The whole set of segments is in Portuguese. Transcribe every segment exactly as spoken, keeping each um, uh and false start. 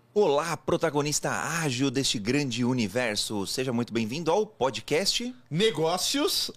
Olá, protagonista ágil deste grande universo. Seja muito bem-vindo ao podcast Negócios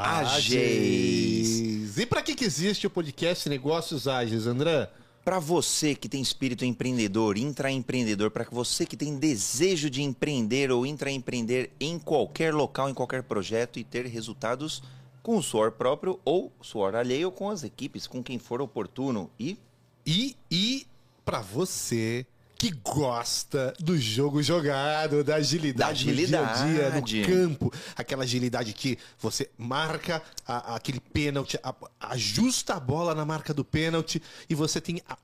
Ágeis. E para que, que existe o podcast Negócios Ágeis, André? Para você que tem espírito empreendedor, intraempreendedor, para você que tem desejo de empreender ou intraempreender em qualquer local, em qualquer projeto e ter resultados com o suor próprio ou suor alheio com as equipes, com quem for oportuno. E, e, e para você que gosta do jogo jogado, da agilidade, da agilidade. no dia a dia, no campo. Aquela agilidade que você marca a, a, aquele pênalti, a, ajusta a bola na marca do pênalti e você tem a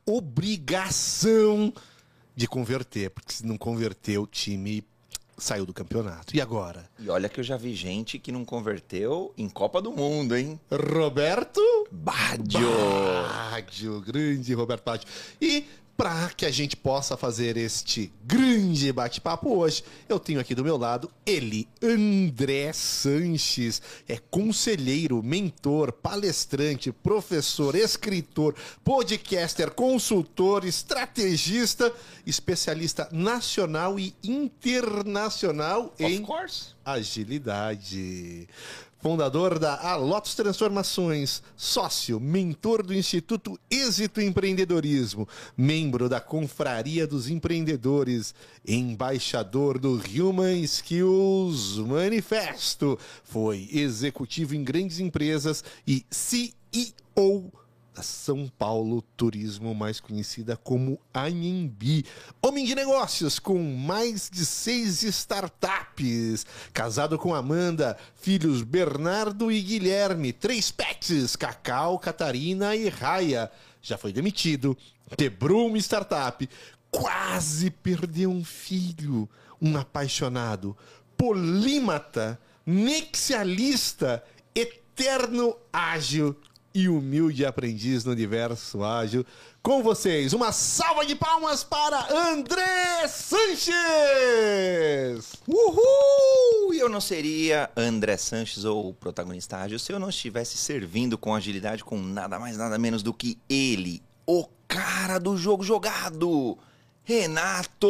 obrigação de converter, porque se não converter, o time saiu do campeonato. E agora? E olha que eu já vi gente que não converteu em Copa do Mundo, hein? Roberto Baggio. Baggio, grande Roberto Baggio. E para que a gente possa fazer este grande bate-papo hoje, eu tenho aqui do meu lado ele, André Sanches. É conselheiro, mentor, palestrante, professor, escritor, podcaster, consultor, estrategista, especialista nacional e internacional Of em course. agilidade. Fundador da Alotus Transformações, sócio, mentor do Instituto Êxito Empreendedorismo, membro da Confraria dos Empreendedores, embaixador do Human Skills Manifesto, foi executivo em grandes empresas e C E O da São Paulo Turismo, mais conhecida como Anhembi. Homem de negócios com mais de seis startups. Casado com Amanda, filhos Bernardo e Guilherme. Três pets, Cacau, Catarina e Raia. Já foi demitido, quebrou uma startup, quase perdeu um filho. Um apaixonado, polímata, nexialista, eterno ágil e humilde aprendiz no universo ágil. Com vocês, uma salva de palmas para André Sanches! Uhul! E eu não seria André Sanches ou protagonista ágil se eu não estivesse servindo com agilidade com nada mais, nada menos do que ele, o cara do jogo jogado, Renato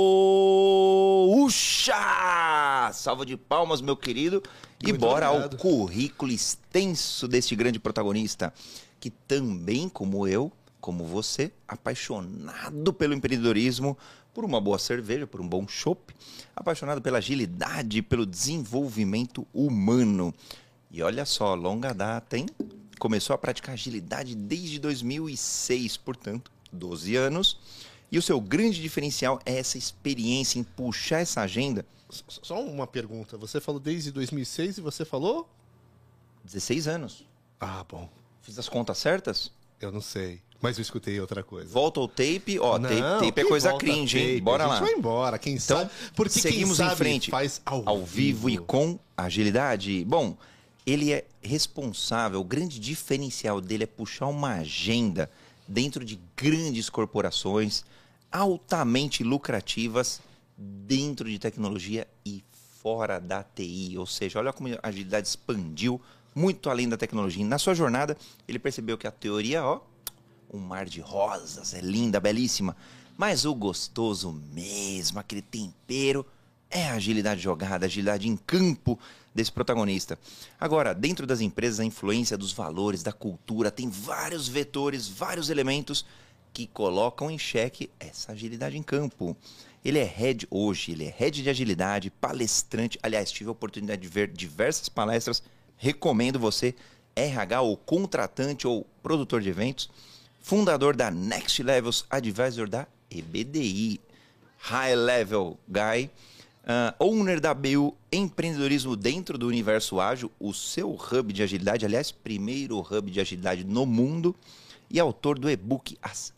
Ucha! Salva de palmas, meu querido. E Muito bora obrigado. ao currículo extenso deste grande protagonista, que também, como eu, como você, apaixonado pelo empreendedorismo, por uma boa cerveja, por um bom chopp, apaixonado pela agilidade, pelo desenvolvimento humano. E olha só, longa data, hein? Começou a praticar agilidade desde dois mil e seis, portanto, doze anos. E o seu grande diferencial é essa experiência em puxar essa agenda. Só uma pergunta. Você falou desde dois mil e seis e você falou? dezesseis anos. Ah, bom. Fiz as contas certas? Eu não sei. Mas eu escutei outra coisa. Volta ao tape. Ó, Não, tape, tape é que coisa volta cringe, hein? tape? Bora A lá. gente vai embora, quem Então, sabe. Porque seguimos quem em sabe frente. faz ao, Ao vivo, vivo e com agilidade. Bom, ele é responsável, o grande diferencial dele é puxar uma agenda dentro de grandes corporações altamente lucrativas dentro de tecnologia e fora da T I. Ou seja, olha como a agilidade expandiu muito além da tecnologia. E na sua jornada, ele percebeu que a teoria, ó, um mar de rosas, é linda, belíssima, mas o gostoso mesmo, aquele tempero, é a agilidade jogada, a agilidade em campo desse protagonista. Agora, dentro das empresas, a influência dos valores, da cultura, tem vários vetores, vários elementos que colocam em xeque essa agilidade em campo. Ele é head hoje, ele é head de agilidade, palestrante. Aliás, tive a oportunidade de ver diversas palestras. Recomendo você, R H ou contratante ou produtor de eventos. Fundador da Next Levels, advisor da E B D I. High Level Guy. Uh, owner da B U Empreendedorismo dentro do Universo Ágil, o seu hub de agilidade. Aliás, primeiro hub de agilidade no mundo. E autor do e-book As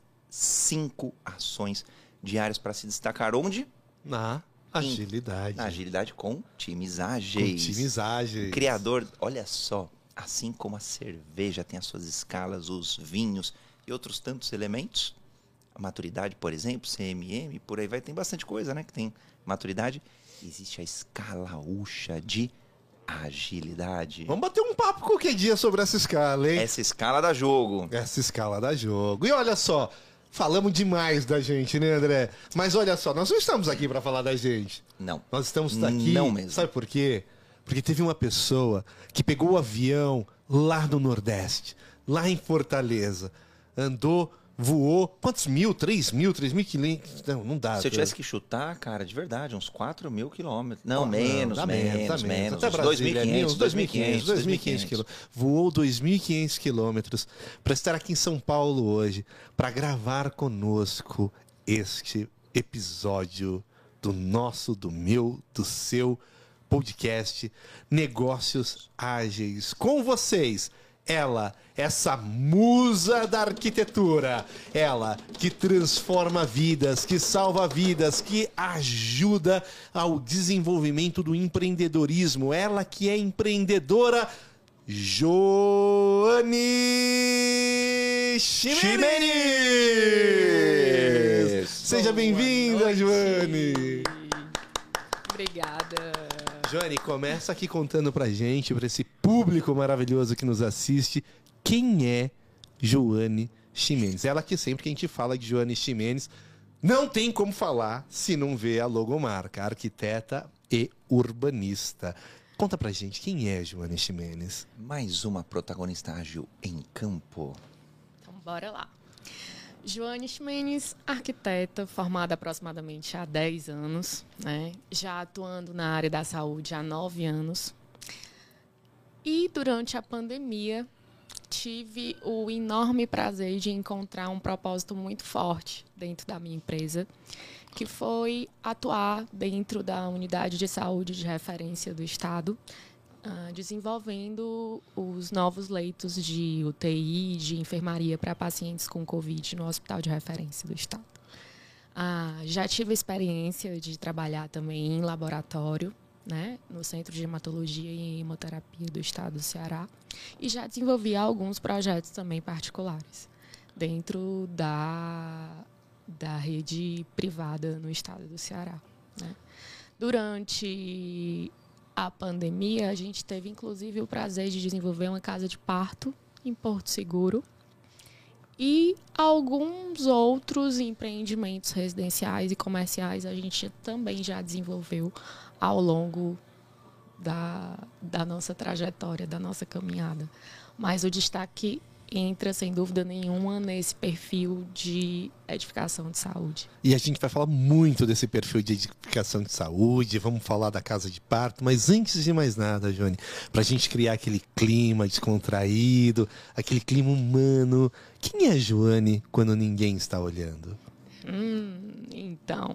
cinco ações diárias para se destacar. Onde? Na agilidade. Na agilidade com times ágeis. Com times ágeis. Criador, olha só, assim como a cerveja tem as suas escalas, os vinhos e outros tantos elementos, a maturidade, por exemplo, C M M, por aí vai, tem bastante coisa, né, que tem maturidade. Existe a escala Ucha de agilidade. Vamos bater um papo qualquer dia sobre essa escala, hein? Essa escala dá jogo. Essa escala dá jogo. E olha só, Falamos demais da gente, né, André? Mas olha só, nós não estamos aqui para falar da gente. Não. Nós estamos aqui... Não mesmo. Sabe por quê? Porque teve uma pessoa que pegou o avião lá no Nordeste, lá em Fortaleza, andou... Voou, quantos mil? três mil? três mil quilômetros? Não, não dá. Se eu tivesse que chutar, cara, de verdade, uns quatro mil quilômetros. Não, Oh, menos, não, menos, menos, menos. Até Uns Brasília, dois dois mil mil e e quinhentos, quinhentos, dois mil e quinhentos quilômetros. Voou dois mil e quinhentos quilômetros para estar aqui em São Paulo hoje, para gravar conosco este episódio do nosso, do meu, do seu podcast Negócios Ágeis. Com vocês, ela, essa musa da arquitetura, ela que transforma vidas, que salva vidas, que ajuda ao desenvolvimento do empreendedorismo, ela que é empreendedora, Joane Ximenes. Seja bem-vinda, Joane. Obrigada. Joane, começa aqui contando pra gente, pra esse público maravilhoso que nos assiste, quem é Joane Ximenes. Ela que sempre que a gente fala de Joane Ximenes, não tem como falar se não vê a logomarca, arquiteta e urbanista. Conta pra gente, quem é Joane Ximenes? Mais uma protagonista ágil em campo. Então, bora lá. Joane Ximenes, arquiteta, formada aproximadamente há dez anos, né? Já atuando na área da saúde há nove anos. E durante a pandemia, tive o enorme prazer de encontrar um propósito muito forte dentro da minha empresa, que foi atuar dentro da unidade de saúde de referência do Estado, Uh, desenvolvendo os novos leitos de U T I, de enfermaria para pacientes com Covid no Hospital de Referência do Estado. Uh, já tive a experiência de trabalhar também em laboratório, né, no Centro de Hematologia e Hemoterapia do Estado do Ceará, e já desenvolvi alguns projetos também particulares dentro da, da rede privada no Estado do Ceará, né. Durante a pandemia, a gente teve, inclusive, o prazer de desenvolver uma casa de parto em Porto Seguro e alguns outros empreendimentos residenciais e comerciais a gente também já desenvolveu ao longo da, da nossa trajetória, da nossa caminhada. Mas o destaque entra, sem dúvida nenhuma, nesse perfil de edificação de saúde. E a gente vai falar muito desse perfil de edificação de saúde, vamos falar da casa de parto, mas antes de mais nada, Joane, para a gente criar aquele clima descontraído, aquele clima humano, quem é a Joane quando ninguém está olhando? Hum, então...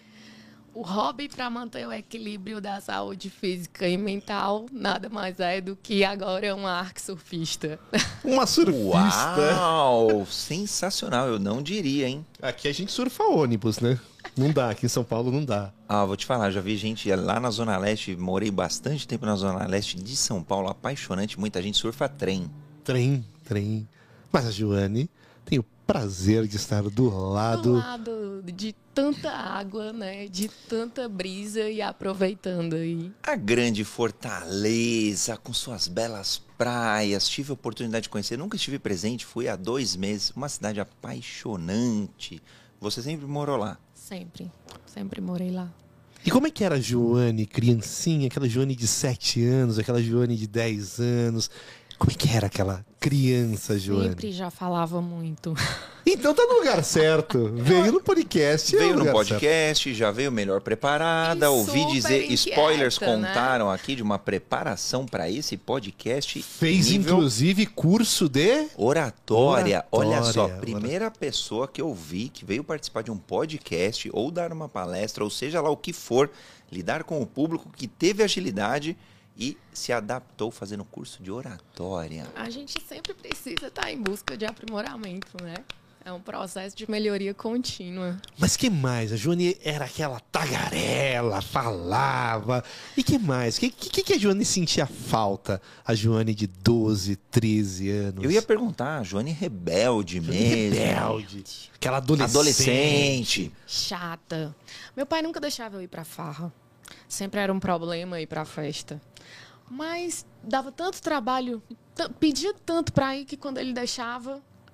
O hobby para manter o equilíbrio da saúde física e mental nada mais é do que agora uma arquesurfista. Uma surfista! Uau! Sensacional, eu não diria, hein? Aqui a gente surfa ônibus, né? Não dá, aqui em São Paulo não dá. Ah, vou te falar, já vi gente lá na Zona Leste, morei bastante tempo na Zona Leste de São Paulo, apaixonante, muita gente surfa trem. Trem, trem. Mas a Joane tem o prazer de estar do lado... Do lado de tanta água, né? De tanta brisa e aproveitando aí. A grande Fortaleza, com suas belas praias, tive a oportunidade de conhecer, nunca estive presente, fui há dois meses, uma cidade apaixonante. Você sempre morou lá? Sempre, sempre morei lá. E como é que era a Joane, criancinha, aquela Joane de sete anos, aquela Joane de dez anos? Como é que era aquela criança, Joane? Sempre já falava muito. Então tá no lugar certo. Veio no podcast. Veio é no no podcast, certo. Já veio melhor preparada. E ouvi dizer, inquieta, spoilers contaram né? aqui de uma preparação para esse podcast. Fez nível inclusive curso de oratória. Oratória. Olha só, primeira pessoa que eu vi que veio participar de um podcast ou dar uma palestra, ou seja lá o que for, lidar com o público, que teve agilidade e se adaptou fazendo curso de oratória. A gente sempre precisa estar em busca de aprimoramento, né? É um processo de melhoria contínua. Mas que mais? A Joane era aquela tagarela, falava. E que mais? O que, que, que a Joane sentia falta? A Joane de doze, treze anos. Eu ia perguntar, a Joane rebelde Joane mesmo. rebelde. Aquela adolescente. Adolescente. Chata. Meu pai nunca deixava eu ir pra farra. Sempre era um problema ir pra festa. Mas dava tanto trabalho, pedia tanto pra ir, que quando ele deixava,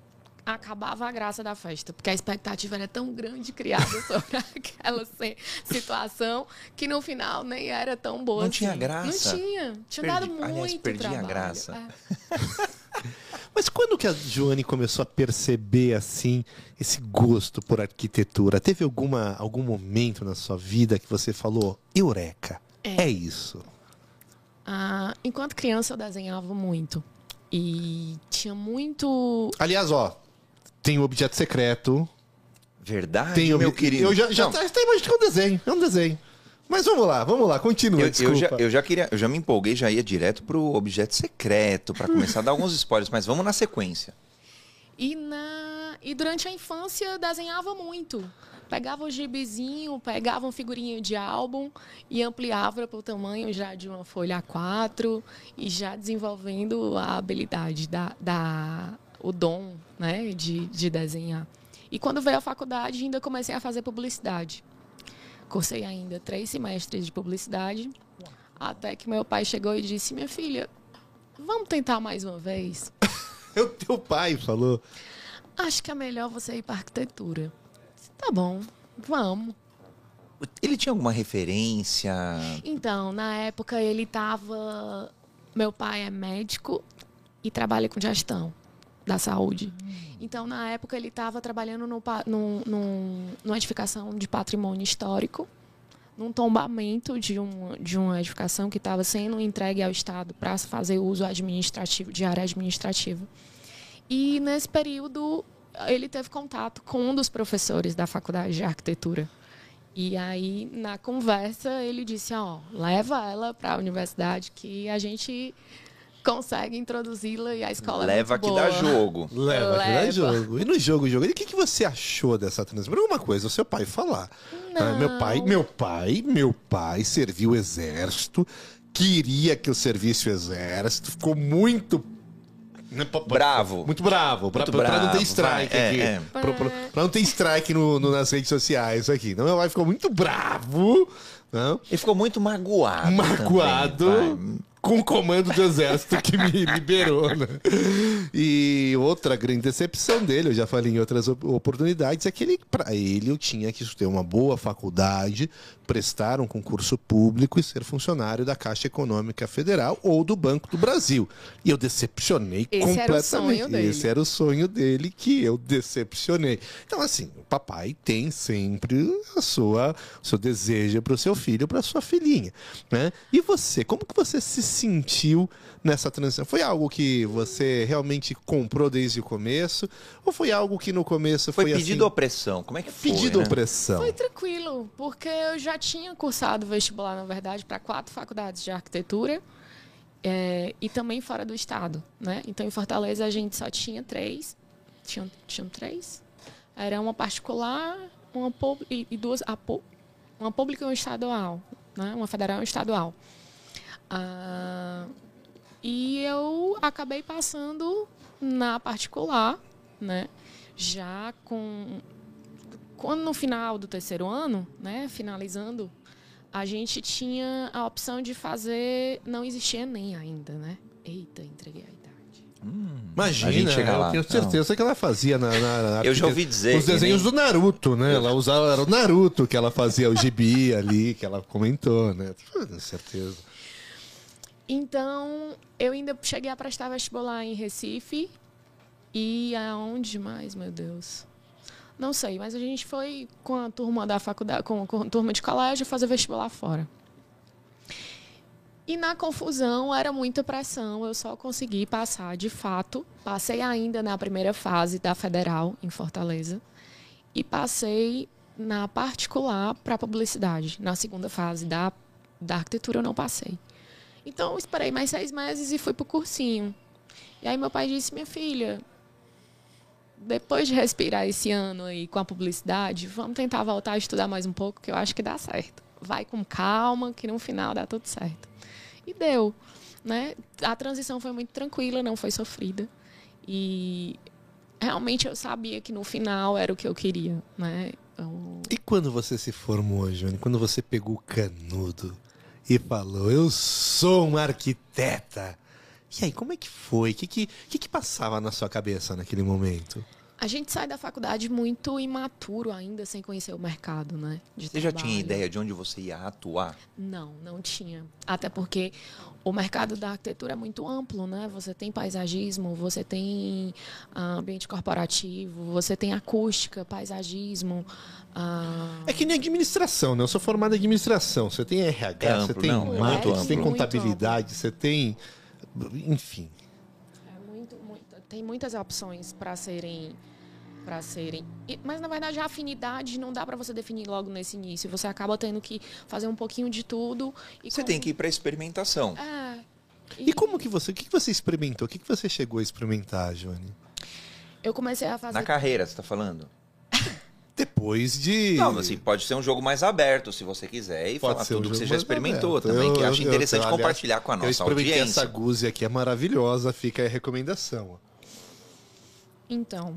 acabava a graça da festa, porque a expectativa era tão grande criada sobre aquela situação que no final nem era tão boa Não assim. tinha graça. Não tinha. Tinha Perdi, dado muito aliás, perdi trabalho. a graça. É. Mas quando que a Joane começou a perceber, assim, esse gosto por arquitetura? Teve alguma, algum momento na sua vida que você falou, eureka, é, é isso? Ah, enquanto criança eu desenhava muito. E tinha muito... Aliás, ó, tem o Objeto Secreto. Verdade, tem o meu querido. Eu já, já tá, tá imaginando que é um desenho, é um desenho. Mas vamos lá, vamos lá, continua, eu, desculpa. eu, já, eu já queria, eu já me empolguei, já ia direto pro Objeto Secreto para começar a dar alguns spoilers, mas vamos na sequência. E, na... e durante a infância eu desenhava muito. Pegava o gibizinho, pegava um figurinho de álbum e ampliava para o tamanho já de uma folha A quatro e já desenvolvendo a habilidade, da, da, o dom, né, de, de desenhar. E quando veio a faculdade ainda comecei a fazer publicidade. Cursei ainda três semestres de publicidade, até que meu pai chegou e disse, minha filha, vamos tentar mais uma vez? O teu pai falou. Acho que é melhor você ir para arquitetura. Tá bom, vamos. Ele tinha alguma referência? Então, na época ele estava... Meu pai é médico e trabalha com gestão da saúde. Então, na época, ele estava trabalhando no, no, no, numa edificação de patrimônio histórico, num tombamento de, um, de uma edificação que estava sendo entregue ao Estado para fazer uso administrativo, de área administrativa. E, nesse período, ele teve contato com um dos professores da faculdade de arquitetura. E aí, na conversa, ele disse, ó, leva ela para a universidade que a gente consegue introduzi-la e a escola Leva é muito que boa. dá jogo. Leva, que dá Leva. jogo. E no jogo, jogo, e o que, que você achou dessa transição? Alguma coisa, o seu pai falar. Ah, Não. meu pai, meu pai, meu pai serviu o exército, queria que eu servisse o exército, ficou muito... Bravo. Muito bravo. Pra, Muito pra- pra não bravo, ter strike vai, é, aqui. é. Pra, pra- pra não ter strike no, no- nas redes sociais aqui. Então, meu pai ficou muito bravo. Não? Ele ficou muito magoado. Magoado também, vai. com o comando do exército que me liberou, né? E outra grande decepção dele, eu já falei em outras op- oportunidades, é que ele, para ele, eu tinha que ter uma boa faculdade, prestar um concurso público e ser funcionário da Caixa Econômica Federal ou do Banco do Brasil. E eu decepcionei Esse era o completamente. sonho dele. Esse era o sonho dele que eu decepcionei. Então, assim, o papai tem sempre a sua, o seu desejo para o seu filho, para sua filhinha, né? E você, como que você se sentiu nessa transição? Foi algo que você realmente comprou desde o começo? Ou foi algo que no começo Foi foi, pedido assim... ou pressão? Como é que foi? Pedido né? ou pressão? Foi tranquilo, porque eu já tinha cursado vestibular, na verdade, para quatro faculdades de arquitetura é, e também fora do estado, né? Então, em Fortaleza, a gente só tinha três. Tinham, tinham três? Era uma particular uma pub, e, e duas... A, uma pública e uma estadual, né? Uma federal e uma estadual. Ah, e eu acabei passando na particular, né? Já com... Quando no final do terceiro ano, né, finalizando, a gente tinha a opção de fazer... Não existia Enem ainda, né? Eita, entreguei a idade. Hum, Imagina, a gente chega eu lá. tenho certeza que ela fazia na, na- na- Eu já ouvi dizer os que desenhos nem- do Naruto, né? Ela usava, era o Naruto que ela fazia, o gibi ali, que ela comentou, né? Com certeza. Então, eu ainda cheguei a prestar vestibular em Recife. E aonde mais, meu Deus? Não sei, mas a gente foi com a turma da faculdade, com, com a turma de colégio, fazer vestibular fora. E na confusão era muita pressão, eu só consegui passar de fato. Passei ainda na primeira fase da Federal, em Fortaleza, e passei na particular para publicidade. Na segunda fase da, da arquitetura eu não passei. Então eu esperei mais seis meses e fui para o cursinho. E aí meu pai disse, minha filha, depois de respirar esse ano aí com a publicidade, vamos tentar voltar a estudar mais um pouco, que eu acho que dá certo. Vai com calma, que no final dá tudo certo. E deu, né? A transição foi muito tranquila, não foi sofrida. E realmente eu sabia que no final era o que eu queria, né? Eu... E quando você se formou, Joane? Quando você pegou o canudo e falou, eu sou uma arquiteta. E aí, como é que foi? O que, que, que, que passava na sua cabeça naquele momento? A gente sai da faculdade muito imaturo ainda, sem conhecer o mercado, né? de Você já trabalho. tinha ideia de onde você ia atuar? Não, não tinha. Até porque o mercado da arquitetura é muito amplo, né? Você tem paisagismo, você tem ah, ambiente corporativo, você tem acústica, paisagismo. ah, É que nem administração, né? Eu sou formado em administração. Você tem R H, É amplo, você tem não, é marketing, muito você tem amplo. contabilidade, você tem... Enfim. É muito, muito, tem muitas opções para serem, para serem. E- mas na verdade a afinidade não dá para você definir logo nesse início. Você acaba tendo que fazer um pouquinho de tudo. E Você com- tem que ir para experimentação. É. E como que você... O que que você experimentou? O que que você chegou a experimentar, Joane? Eu comecei a fazer. Na carreira, você está falando? Depois de... Não, assim, pode ser um jogo mais aberto, se você quiser, e Pode falar ser um tudo que jogo você já mais experimentou aberto. também, Eu- que eu acho eu- interessante eu, aliás, compartilhar com a Eu nossa experimentei audiência. essa guzi aqui, é maravilhosa. Fica aí a recomendação. Então,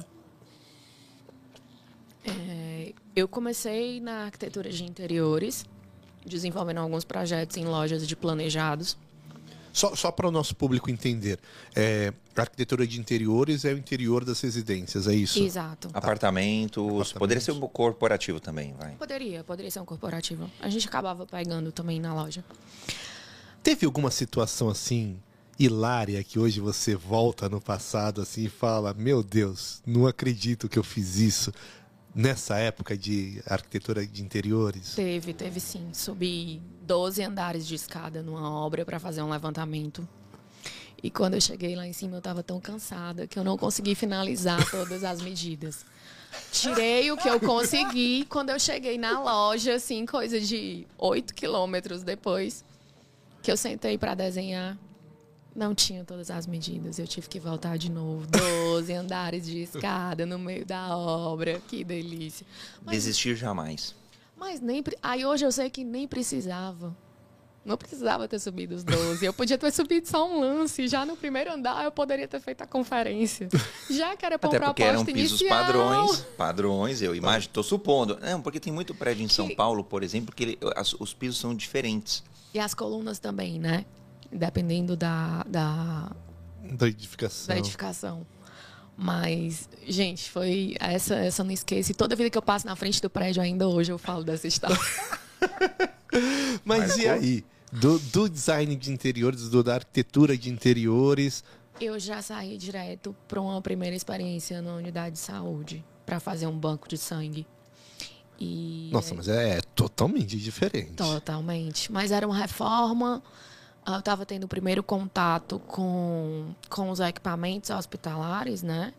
é, eu comecei na arquitetura de interiores, desenvolvendo alguns projetos em lojas de planejados. Só, só para o nosso público entender, é, a arquitetura de interiores é o interior das residências, é isso? Exato. Apartamentos, Apartamentos. poderia ser um corporativo também, vai. Poderia, poderia ser um corporativo. A gente acabava pegando também na loja. Teve alguma situação assim hilária que hoje você volta no passado assim e fala: meu Deus, não acredito que eu fiz isso nessa época de arquitetura de interiores? Teve, teve sim. Subi doze andares de escada numa obra para fazer um levantamento. E quando eu cheguei lá em cima, eu estava tão cansada que eu não consegui finalizar todas as medidas. Tirei o que eu consegui. Quando eu cheguei na loja, assim, coisa de oito quilômetros depois, que eu sentei para desenhar, não tinha todas as medidas. Eu tive que voltar de novo. doze andares de escada no meio da obra. Que delícia. Mas, Desistir jamais. mas nem... pre- Aí hoje eu sei que nem precisava. Não precisava ter subido os doze. Eu podia ter subido só um lance. Já no primeiro andar eu poderia ter feito a conferência. Já que era para um Até porque eram propósito pisos inicial. padrões, padrões, eu imagino, estou supondo. Não, porque tem muito prédio em São Que- Paulo, por exemplo, que ele- as- os pisos são diferentes. E as colunas também, né? Dependendo da, da, Da edificação. da edificação. Mas, gente, foi essa, essa eu não esqueço. E toda vida que eu passo na frente do prédio, ainda hoje eu falo dessa história. Mas e Marcou? aí? Do, do design de interiores, do, da arquitetura de interiores. Eu já saí direto para uma primeira experiência na unidade de saúde, para fazer um banco de sangue. E Nossa, mas é totalmente diferente. Totalmente. Mas era uma reforma. Eu estava tendo o primeiro contato com, com os equipamentos hospitalares, né?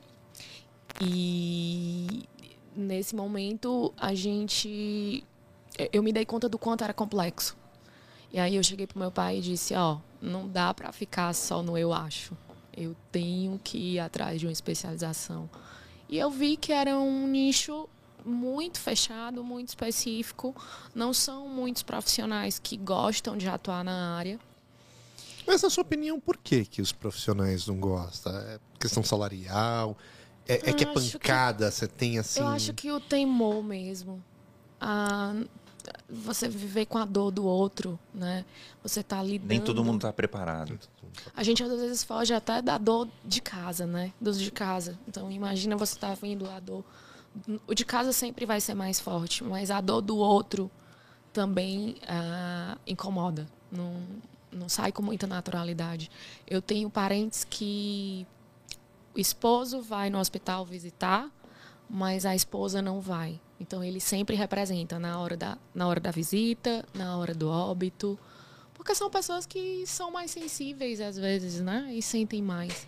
E nesse momento a gente. Eu me dei conta do quanto era complexo. E aí eu cheguei pro meu pai e disse: ó, não dá para ficar só no eu acho. Eu tenho que ir atrás de uma especialização. E eu vi que era um nicho muito fechado, muito específico. Não são muitos profissionais que gostam de atuar na área. Mas, na sua opinião, por que, que os profissionais não gostam? É questão salarial? É, é que é Eu acho pancada? Você tem assim. Eu acho que o temor mesmo. Ah, você viver com a dor do outro, né? Você tá lidando... Nem todo mundo está preparado. A gente às vezes foge até da dor de casa, né? Dos de casa. Então imagina você tá vendo a dor. O de casa sempre vai ser mais forte, mas a dor do outro também ah, incomoda. Não, não sai com muita naturalidade. Eu tenho parentes que o esposo vai no hospital visitar, mas a esposa não vai. Então ele sempre representa na hora da, na hora da visita, na hora do óbito. Porque são pessoas que são mais sensíveis, às vezes, né? E sentem mais.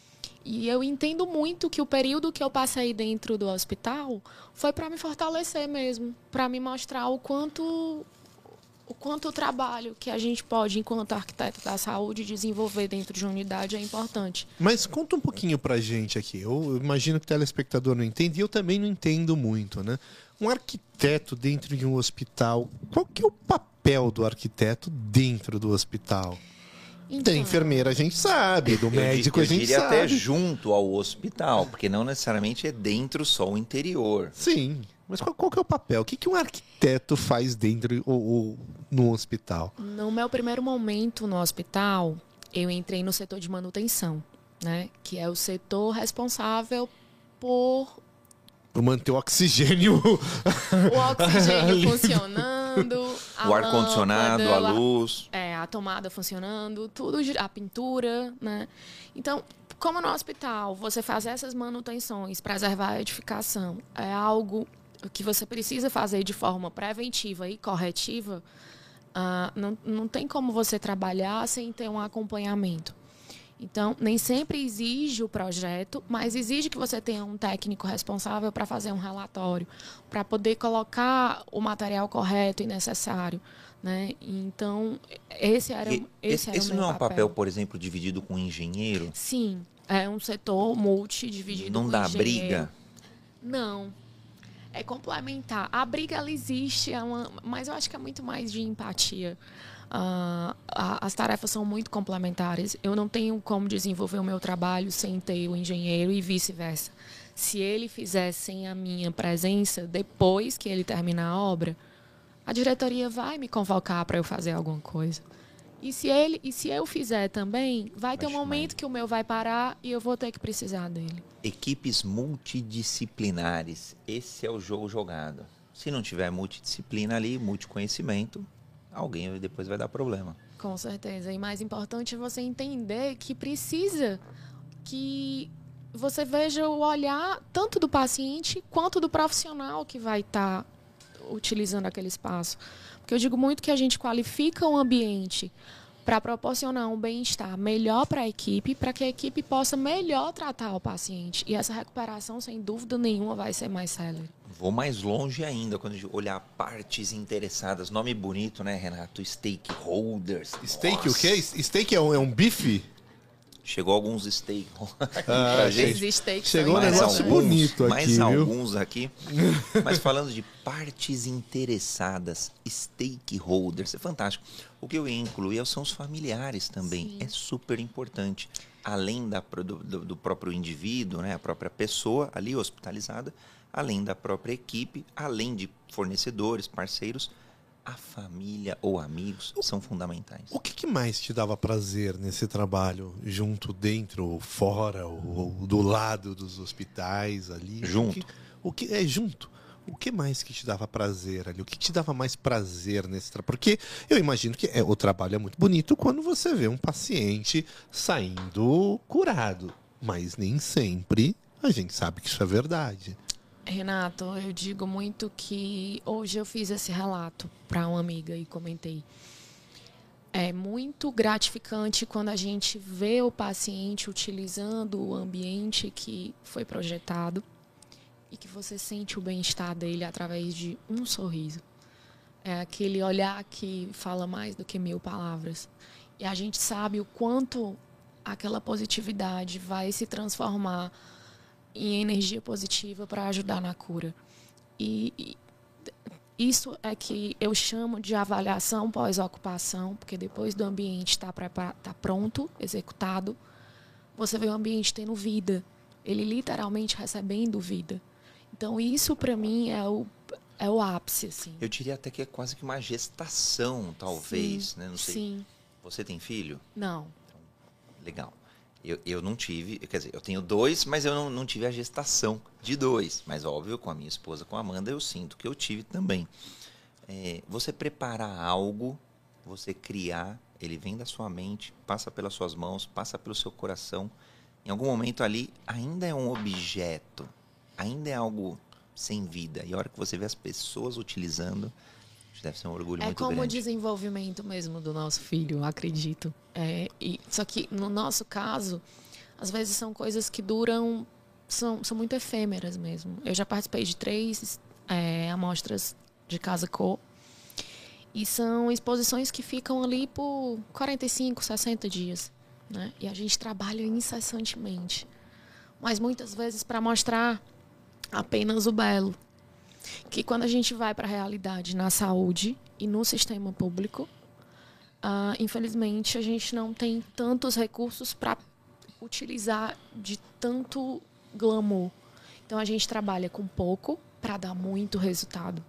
E eu entendo muito que o período que eu passei dentro do hospital foi para me fortalecer mesmo. Para me mostrar o quanto, o quanto o trabalho que a gente pode, enquanto arquiteto da saúde, desenvolver dentro de uma unidade é importante. Mas conta um pouquinho pra gente aqui. Eu imagino que o telespectador não entende e eu também não entendo muito, né? Um arquiteto dentro de um hospital, qual que é o papel do arquiteto dentro do hospital? Então, Da enfermeira a gente sabe, do Eu di- médico eu a gente diria sabe. até junto ao hospital, porque não necessariamente é dentro só o interior. Sim, mas qual, qual que é o papel? O que, que um arquiteto faz dentro ou, ou no hospital? no meu primeiro momento no hospital, eu entrei no setor de manutenção, né? Que é o setor responsável por Por manter o oxigênio. o oxigênio funcionando, a o ar-condicionado, lâmpada, a luz. É, a tomada funcionando, tudo, gi- a pintura, né? Então, como no hospital, você fazer essas manutenções, preservar a edificação, é algo que você precisa fazer de forma preventiva e corretiva, ah, não, não tem como você trabalhar sem ter um acompanhamento. Então, nem sempre exige o projeto, mas exige que você tenha um técnico responsável para fazer um relatório, para poder colocar o material correto e necessário, né? Então, esse era, E esse esse era esse o meu não é um papel, papel. por exemplo, dividido com um engenheiro? Sim, é um setor multi dividido Não com dá engenheiro. briga? Não. É complementar. A briga, ela existe, é uma, mas eu acho que é muito mais de empatia. Ah, a- as tarefas são muito complementares. Eu não tenho como desenvolver o meu trabalho sem ter o engenheiro e vice-versa. Se ele fizer sem a minha presença, depois que ele terminar a obra, a diretoria vai me convocar para eu fazer alguma coisa. E se, ele, e se eu fizer também, vai ter um Acho momento mais. que o meu vai parar e eu vou ter que precisar dele. Equipes multidisciplinares. Esse é o jogo jogado. Se não tiver multidisciplina ali, multiconhecimento, alguém depois vai dar problema. Com certeza. E mais importante é você entender que precisa que você veja o olhar tanto do paciente quanto do profissional que vai estar utilizando aquele espaço. Porque eu digo muito que a gente qualifica o ambiente para proporcionar um bem-estar melhor para a equipe, para que a equipe possa melhor tratar o paciente. E essa recuperação, sem dúvida nenhuma, vai ser mais célere. Vou mais longe ainda, quando a gente olhar partes interessadas. Nome bonito, né, Renato? Stakeholders. Steak, Nossa. o quê? Steak é um, é um bife? Chegou alguns stakeholders aqui Ah, pra gente. gente. Existe Chegou um Mais negócio alguns, bonito aqui, mais viu? alguns aqui. Mas falando de partes interessadas, stakeholders, é fantástico. O que eu ia incluir são os familiares também. Sim. É super importante. Além da, pro- do, do- do próprio indivíduo, né, a própria pessoa ali hospitalizada, além da própria equipe, além de fornecedores, parceiros, a família ou amigos são fundamentais. O que, que mais te dava prazer nesse trabalho? Junto, dentro, fora, ou, ou do lado dos hospitais ali? Junto. O que, o que é junto? O que mais que te dava prazer ali? O que te dava mais prazer nesse trabalho? Porque eu imagino que é, o trabalho é muito bonito quando você vê um paciente saindo curado. Mas nem sempre a gente sabe que isso é verdade. Renato, eu digo muito que hoje eu fiz esse relato para uma amiga e comentei. É muito gratificante quando a gente vê o paciente utilizando o ambiente que foi projetado e que você sente o bem-estar dele através de um sorriso. É aquele olhar que fala mais do que mil palavras. E a gente sabe o quanto aquela positividade vai se transformar em energia positiva para ajudar na cura. E, e isso é que eu chamo de avaliação pós-ocupação, porque depois do ambiente estar tá tá pronto, executado, você vê o ambiente tendo vida, ele literalmente recebendo vida. Então isso para mim é o, é o ápice. Assim. Eu diria até que é quase que uma gestação, talvez, Sim, né? Não sei. Sim. Você tem filho? Não. Legal. Eu, eu não tive, quer dizer, eu tenho dois, mas eu não, não tive a gestação de dois. Mas, óbvio, com a minha esposa, com a Amanda, eu sinto que eu tive também. É, você preparar algo, você criar, ele vem da sua mente, passa pelas suas mãos, passa pelo seu coração. Em algum momento ali, ainda é um objeto, ainda é algo sem vida. E a hora que você vê as pessoas utilizando, deve ser um orgulho É muito como o grande. desenvolvimento mesmo do nosso filho, eu acredito. É, e, só que, no nosso caso, às vezes são coisas que duram, são, são muito efêmeras mesmo. Eu já participei de três é, amostras de Casa Cor. E são exposições que ficam ali por quarenta e cinco, sessenta dias. Né? E a gente trabalha incessantemente. Mas muitas vezes para mostrar apenas o belo. Que quando a gente vai para a realidade na saúde e no sistema público, uh, infelizmente a gente não tem tantos recursos para utilizar de tanto glamour. Então a gente trabalha com pouco para dar muito resultado.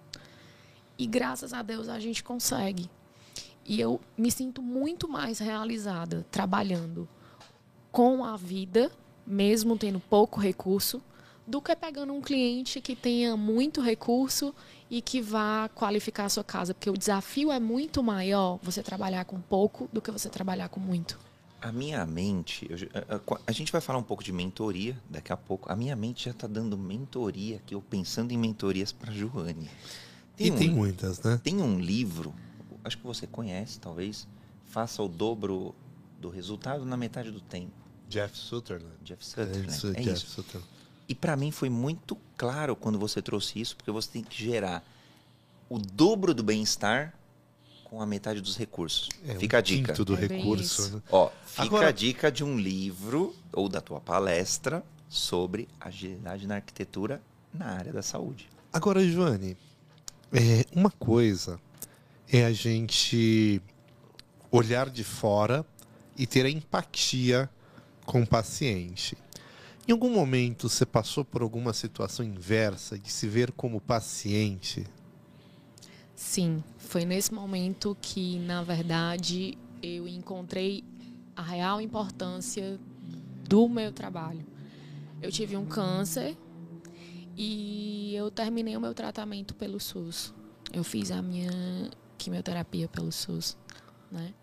E graças a Deus a gente consegue. E eu me sinto muito mais realizada trabalhando com a vida, mesmo tendo pouco recurso, do que pegando um cliente que tenha muito recurso e que vá qualificar a sua casa. Porque o desafio é muito maior você trabalhar com pouco do que você trabalhar com muito. A minha mente, eu, a, a, a gente vai falar um pouco de mentoria daqui a pouco. A minha mente já está dando mentoria aqui, eu pensando em mentorias para Joane. Tem e um, tem muitas, né? Tem um livro, acho que você conhece, talvez. Faça o dobro do resultado na metade do tempo. Jeff Sutherland. Jeff Sutherland, é, isso, é Jeff isso. Sutherland. E para mim foi muito claro quando você trouxe isso, porque você tem que gerar o dobro do bem-estar com a metade dos recursos. É, fica um a dica. Quinto do é recurso. Né? Ó, fica Agora... a dica de um livro ou da tua palestra sobre agilidade na arquitetura na área da saúde. Agora, Joane, é, uma coisa é a gente olhar de fora e ter a empatia com o paciente. Em algum momento você passou por alguma situação inversa de se ver como paciente? Sim, foi nesse momento que, na verdade, eu encontrei a real importância do meu trabalho. Eu tive um câncer e eu terminei o meu tratamento pelo SUS. Eu fiz a minha quimioterapia pelo SUS, né?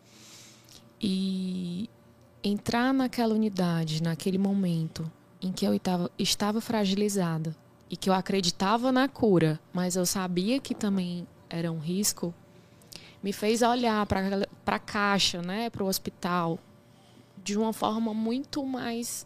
E entrar naquela unidade, naquele momento em que eu estava, estava fragilizada e que eu acreditava na cura, mas eu sabia que também era um risco, me fez olhar para a caixa, né, para o hospital, de uma forma muito mais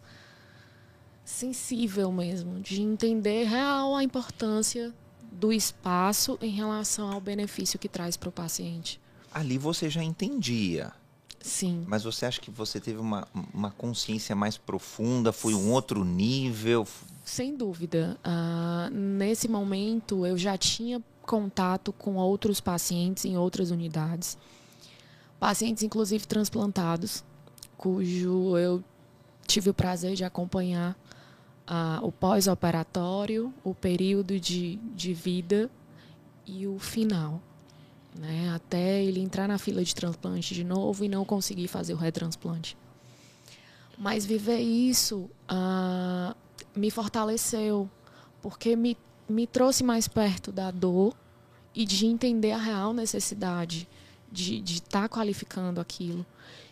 sensível mesmo, de entender real a importância do espaço em relação ao benefício que traz para o paciente. Ali você já entendia. Sim. Mas você acha que você teve uma, uma consciência mais profunda? Foi um outro nível? Sem dúvida. Uh, nesse momento, eu já tinha contato com outros pacientes em outras unidades. Pacientes, inclusive, transplantados, cujo eu tive o prazer de acompanhar uh, o pós-operatório, o período de, de vida e o final. Né, até ele entrar na fila de transplante de novo e não conseguir fazer o retransplante. Mas viver isso ah, me fortaleceu, porque me, me trouxe mais perto da dor e de entender a real necessidade de estar qualificando aquilo.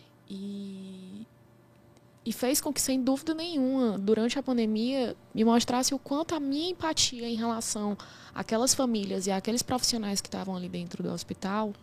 E, e fez com que, sem dúvida nenhuma, durante a pandemia, me mostrasse o quanto a minha empatia em relação àquelas famílias e àqueles profissionais que estavam ali dentro do hospital,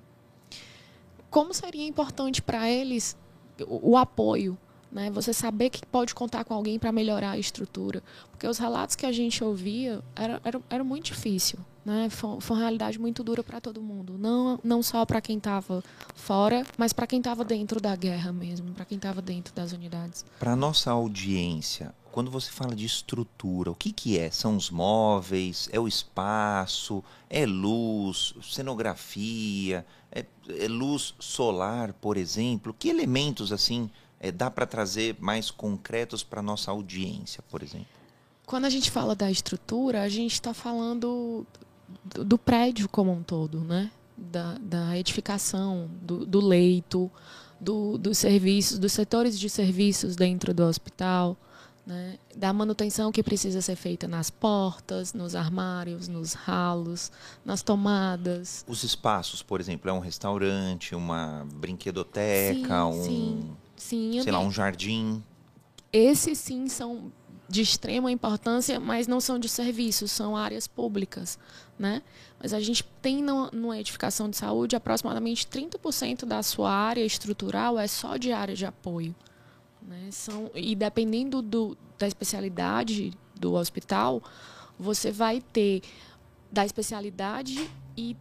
como seria importante para eles o, o apoio, né? Você saber que pode contar com alguém para melhorar a estrutura. Porque os relatos que a gente ouvia era, era, era muito difícil. Né? Foi, foi uma realidade muito dura para todo mundo. Não, não só para quem estava fora, mas para quem estava dentro da guerra mesmo, para quem estava dentro das unidades. Para a nossa audiência, quando você fala de estrutura, o que, que é? São os móveis? É o espaço? É luz? Cenografia? É, é luz solar, por exemplo? Que elementos assim é, dá para trazer mais concretos para a nossa audiência, por exemplo? Quando a gente fala da estrutura, a gente está falando do, do prédio como um todo, né? Da, da edificação, do, do leito, do, dos serviços, dos setores de serviços dentro do hospital, né? Da manutenção que precisa ser feita nas portas, nos armários, nos ralos, nas tomadas. Os espaços, por exemplo, é um restaurante, uma brinquedoteca, sim, um, sim, sim, sei lá, um jardim. Esses sim são de extrema importância, mas não são de serviços, são áreas públicas, né? Mas a gente tem no, numa edificação de saúde aproximadamente trinta por cento da sua área estrutural é só de área de apoio, né? São, e dependendo do, da especialidade do hospital, você vai ter da especialidade e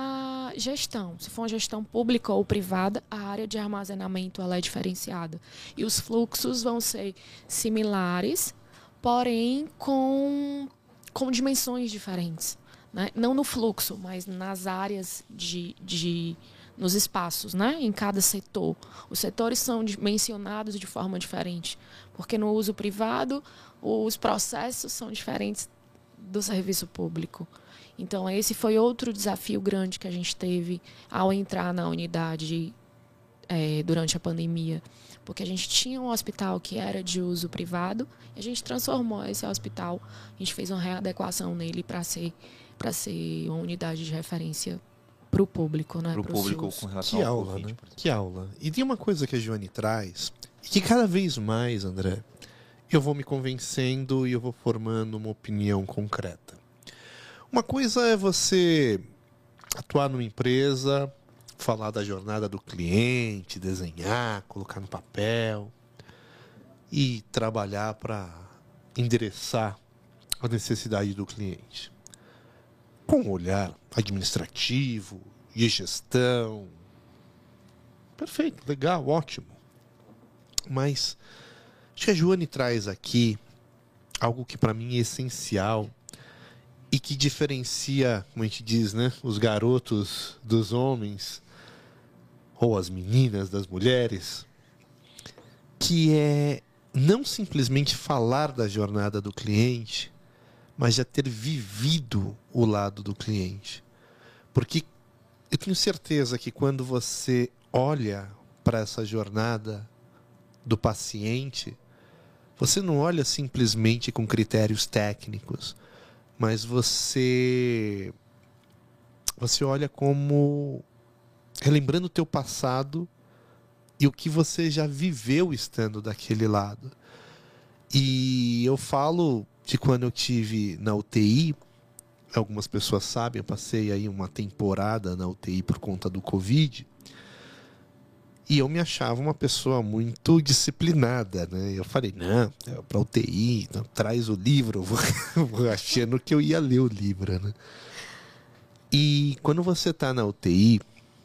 da gestão. Se for uma gestão pública ou privada, a área de armazenamento ela é diferenciada. E os fluxos vão ser similares, porém com, com dimensões diferentes. Né? Não no fluxo, mas nas áreas, de, de, nos espaços, né? Em cada setor. Os setores são dimensionados de forma diferente, porque no uso privado, os processos são diferentes do serviço público. Então, esse foi outro desafio grande que a gente teve ao entrar na unidade é, durante a pandemia, porque a gente tinha um hospital que era de uso privado e a gente transformou esse hospital, a gente fez uma readequação nele para ser, para ser uma unidade de referência para o público, né? Para o público SUS. com relação Que ao aula, Covid, né? por exemplo. Que aula. E tem uma coisa que a Joane traz, e que cada vez mais, André, eu vou me convencendo e eu vou formando uma opinião concreta. Uma coisa é você atuar numa empresa, falar da jornada do cliente, desenhar, colocar no papel e trabalhar para endereçar a necessidade do cliente. Com um olhar administrativo, de gestão. Perfeito, legal, ótimo. Mas acho que a Joane traz aqui algo que para mim é essencial e que diferencia, como a gente diz, né, os garotos dos homens ou as meninas das mulheres, que é não simplesmente falar da jornada do cliente, mas já ter vivido o lado do cliente. Porque eu tenho certeza que quando você olha para essa jornada do paciente, você não olha simplesmente com critérios técnicos, mas você você olha como relembrando o teu passado e o que você já viveu estando daquele lado. E eu falo de quando eu tive na U T I, algumas pessoas sabem, eu passei aí uma temporada na U T I por conta do Covid, e eu me achava uma pessoa muito disciplinada, né? Eu falei, não, é para U T I, não, traz o livro, eu vou, vou achando que eu ia ler o livro, né? E quando você está na U T I,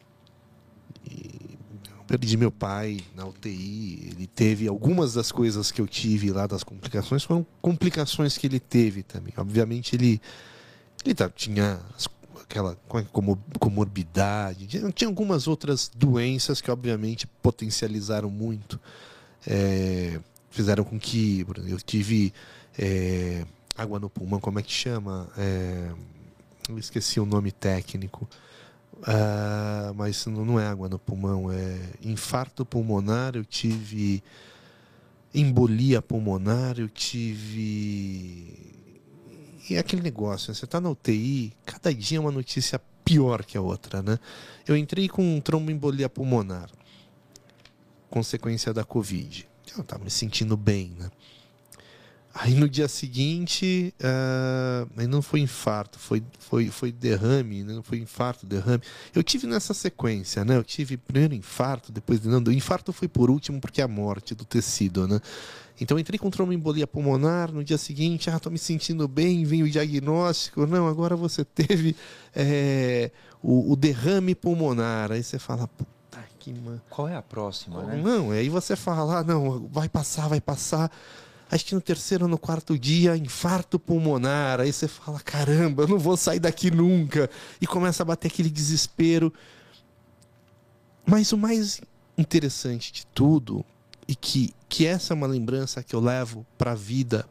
eu perdi meu pai na U T I, ele teve algumas das coisas que eu tive lá, das complicações, foram complicações que ele teve também. Obviamente ele, ele tá, tinha aquela comorbidade, tinha algumas outras doenças que obviamente potencializaram muito, é, fizeram com que eu tive é, água no pulmão, como é que chama? É, eu esqueci o nome técnico. Uh, mas não é água no pulmão, é infarto pulmonar, eu tive embolia pulmonar, eu tive... E é aquele negócio, né? Você está na U T I, cada dia é uma notícia pior que a outra, né? Eu entrei com tromboembolia pulmonar, consequência da Covid. Eu estava me sentindo bem, né? Aí no dia seguinte, uh, aí não foi infarto, foi, foi, foi derrame, não foi infarto, derrame. Eu tive nessa sequência, né? Eu tive primeiro infarto, depois... Não, o infarto foi por último porque é a morte do tecido, né? Então eu entrei com tromboembolia pulmonar, no dia seguinte, ah, estou me sentindo bem, vem o diagnóstico. Não, agora você teve é, o, o derrame pulmonar. Aí você fala, puta que... Man... Qual é a próxima, né? Não, aí você fala, ah, não, vai passar, vai passar... Acho que no terceiro ou no quarto dia, infarto pulmonar. Aí você fala, caramba, eu não vou sair daqui nunca. E começa a bater aquele desespero. Mas o mais interessante de tudo, e que, que essa é uma lembrança que eu levo para a vida,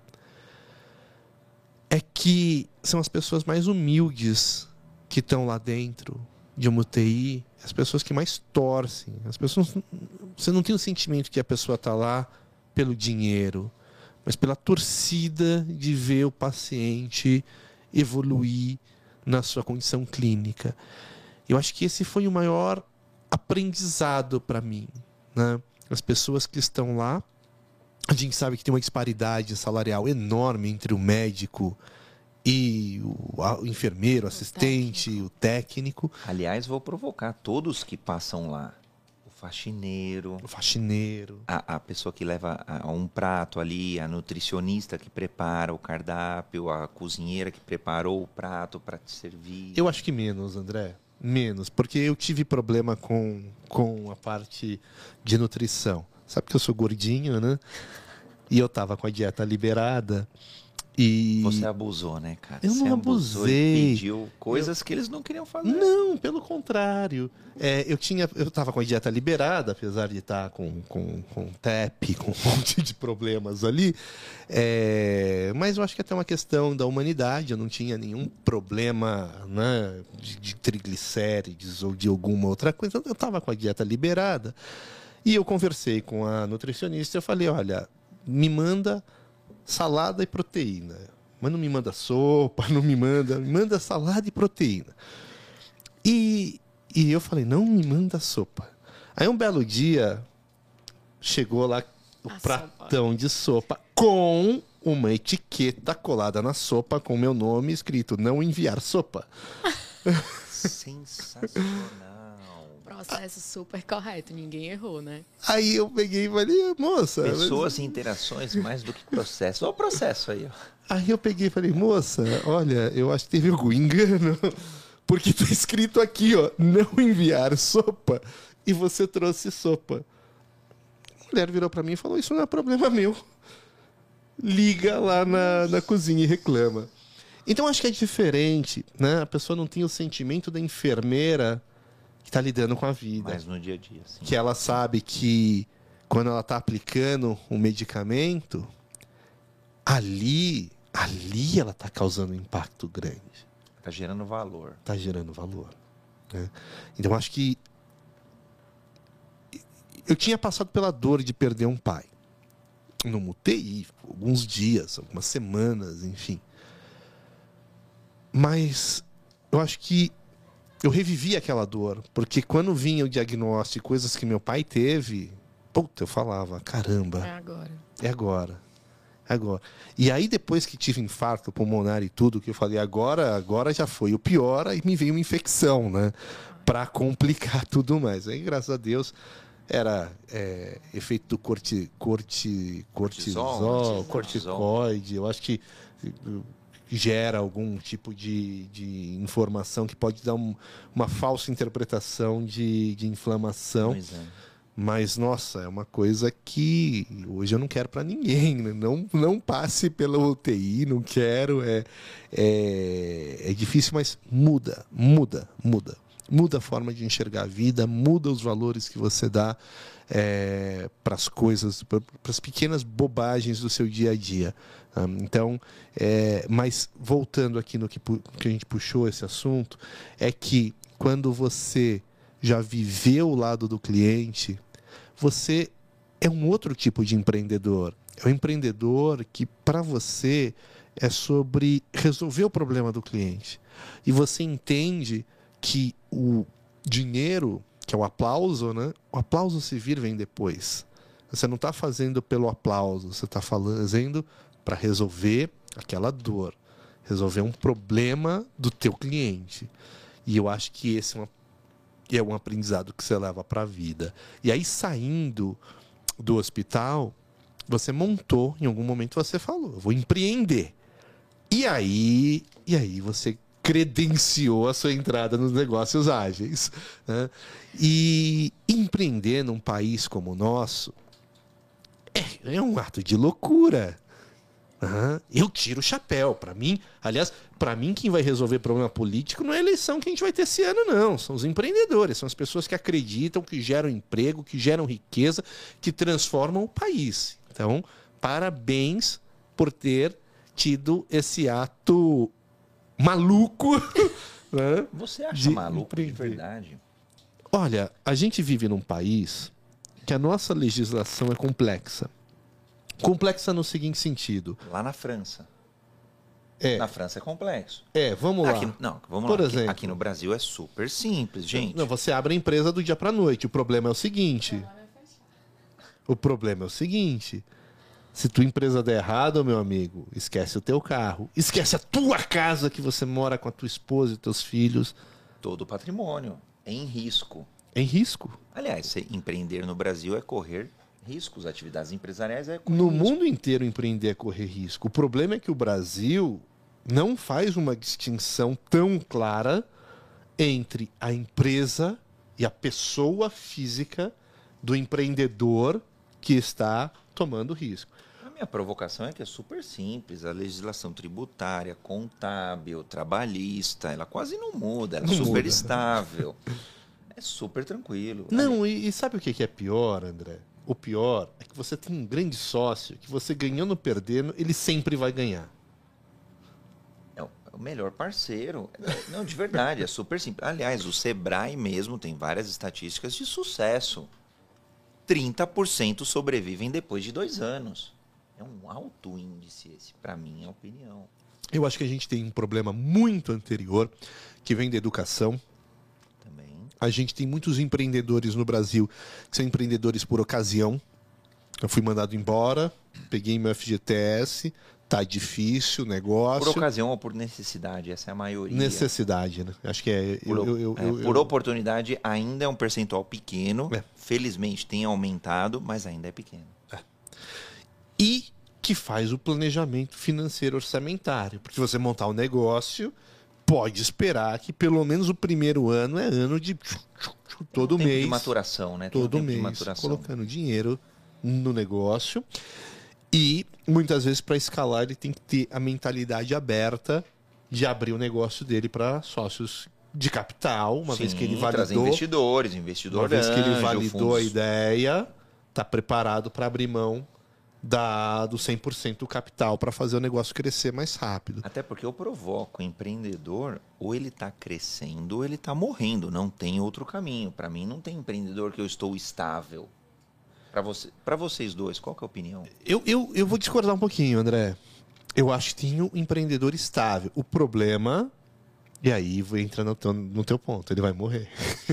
é que são as pessoas mais humildes que estão lá dentro de uma U T I, as pessoas que mais torcem. As pessoas, você não tem o sentimento que a pessoa está lá pelo dinheiro, mas pela torcida de ver o paciente evoluir na sua condição clínica. Eu acho que esse foi o maior aprendizado para mim, né? As pessoas que estão lá, a gente sabe que tem uma disparidade salarial enorme entre o médico e o, a, o enfermeiro, o assistente, o técnico. Aliás, vou provocar todos que passam lá. Faxineiro, o faxineiro, a, a pessoa que leva a, a um prato ali, a nutricionista que prepara o cardápio, a cozinheira que preparou o prato para te servir. Eu acho que menos, André, menos, porque eu tive problema com, com a parte de nutrição. Sabe que eu sou gordinho, né? E eu tava com a dieta liberada E Você abusou, né, cara? Eu não Você abusou e abusei. pediu coisas eu... que eles não queriam fazer. Não, pelo contrário. É, eu tinha, eu estava com a dieta liberada, apesar de estar com, com, com T E P, com um monte de problemas ali. É, mas eu acho que é até uma questão da humanidade. Eu não tinha nenhum problema, né, de, de triglicérides ou de alguma outra coisa. Eu estava com a dieta liberada. E eu conversei com a nutricionista. Eu falei, olha, me manda salada e proteína. Mas não me manda sopa, não me manda... Me manda salada e proteína. E, e eu falei, não me manda sopa. Aí um belo dia, chegou lá o A pratão sopa. de sopa com uma etiqueta colada na sopa com meu nome escrito, não enviar sopa. Sensacional. Processo super correto, ninguém errou, né? Aí eu peguei e falei, moça... Pessoas mas... e interações mais do que processo. Olha o processo aí, ó. Aí eu peguei e falei, moça, olha, eu acho que teve algum engano, porque tá escrito aqui, ó, não enviar sopa, e você trouxe sopa. A mulher virou pra mim e falou, isso não é problema meu. Liga lá na, na cozinha e reclama. Então acho que é diferente, né? A pessoa não tem o sentimento da enfermeira que tá lidando com a vida. Mas no dia a dia, sim. Que ela sabe que quando ela tá aplicando um medicamento, ali, ali ela tá causando um impacto grande. Tá gerando valor. Tá gerando valor. Né? Então acho que eu tinha passado pela dor de perder um pai. Numa U T I, alguns dias, algumas semanas, enfim. Mas eu acho que eu revivi aquela dor, porque quando vinha o diagnóstico, coisas que meu pai teve, puta, eu falava, caramba, É agora. é agora, é agora. E aí depois que tive infarto pulmonar e tudo, que eu falei, agora, agora já foi o pior, aí me veio uma infecção, né, para complicar tudo mais. Aí, graças a Deus, era é, efeito do corti, corti, cortisol, Cortisol, corticoide, eu acho que gera algum tipo de, de informação que pode dar um, uma falsa interpretação de, de inflamação. Pois é. Mas, nossa, é uma coisa que hoje eu não quero para ninguém. Né? Não, não passe pela U T I, não quero. É, é, é difícil, mas muda, muda, muda. Muda a forma de enxergar a vida, muda os valores que você dá é, para as coisas, para as pequenas bobagens do seu dia a dia. Então, é, mas voltando aqui no que, que a gente puxou esse assunto, é que quando você já viveu o lado do cliente, você é um outro tipo de empreendedor. É um empreendedor que, para você, é sobre resolver o problema do cliente. E você entende que o dinheiro, que é o aplauso, né? O aplauso se vir vem depois. Você não está fazendo pelo aplauso, você está fazendo para resolver aquela dor, resolver um problema do teu cliente. E eu acho que esse é, uma, é um aprendizado que você leva para a vida. E aí, saindo do hospital, você montou, em algum momento você falou, eu vou empreender. E aí, e aí você credenciou a sua entrada nos negócios ágeis. Né? E empreender num país como o nosso é, é um ato de loucura. Uhum. Eu tiro o chapéu. Para mim, aliás, para mim, quem vai resolver problema político não é a eleição que a gente vai ter esse ano, não. São os empreendedores, são as pessoas que acreditam, que geram emprego, que geram riqueza, que transformam o país. Então, parabéns por ter tido esse ato maluco. Né? Você acha de maluco de empreender. verdade? Olha, a gente vive num país que a nossa legislação é complexa. Complexa no seguinte sentido. Lá na França. É, Na França é complexo. é vamos lá. Aqui, não, vamos Por lá. Aqui- exemplo. Aqui no Brasil é super simples, gente. Não, você abre a empresa do dia para noite. O problema é o seguinte. O problema é o seguinte. Se tua empresa der errado, meu amigo, esquece o teu carro. Esquece a tua casa que você mora com a tua esposa e teus filhos. Todo o patrimônio em risco. Em risco. Aliás, você empreender no Brasil é correr riscos. Atividades empresariais é correr No risco. mundo inteiro, empreender é correr risco. O problema é que o Brasil não faz uma distinção tão clara entre a empresa e a pessoa física do empreendedor que está tomando risco. minha provocação é que é super simples. A legislação tributária, contábil, trabalhista, ela quase não muda. Ela é Não super muda. estável. É super tranquilo. Não, e, e sabe o que que é pior, André? O pior é que você tem um grande sócio que você ganhando ou perdendo, ele sempre vai ganhar. É o é o melhor parceiro. Não, de verdade, é super simples. Aliás, o Sebrae mesmo tem várias estatísticas de sucesso. trinta por cento sobrevivem depois de dois anos. É um alto índice esse, para minha opinião. Eu acho que a gente tem um problema muito anterior, que vem da educação. Também. A gente tem muitos empreendedores no Brasil que são empreendedores por ocasião. Eu fui mandado embora, peguei meu F G T S, tá difícil o negócio. Por ocasião ou por necessidade, essa é a maioria. Necessidade, né? Acho que é. Por, eu, eu, eu, é, eu, por eu- oportunidade, ainda é um percentual pequeno. É. Felizmente tem aumentado, mas ainda é pequeno. E que faz o planejamento financeiro orçamentário. Porque você montar um negócio, pode esperar que pelo menos o primeiro ano é ano de todo Tem um tempo mês. de maturação, né? Tem um Todo tempo de mês, maturação. colocando dinheiro no negócio. E muitas vezes, para escalar, ele tem que ter a mentalidade aberta de abrir o negócio dele para sócios de capital, uma Sim, vez que ele trazer validou, investidores, uma investidor vez que ele anjo, validou a fundos- ideia, está preparado para abrir mão da, do cem por cento do capital para fazer o negócio crescer mais rápido. Até porque eu provoco o empreendedor, ou ele está crescendo ou ele está morrendo. Não tem outro caminho. Para mim, não tem empreendedor que eu estou estável. Para você, para vocês dois, qual que é a opinião? Eu, eu, eu vou discordar um pouquinho, André. Eu acho que tem um empreendedor estável. O problema... E aí entra no teu, no teu ponto, ele vai morrer.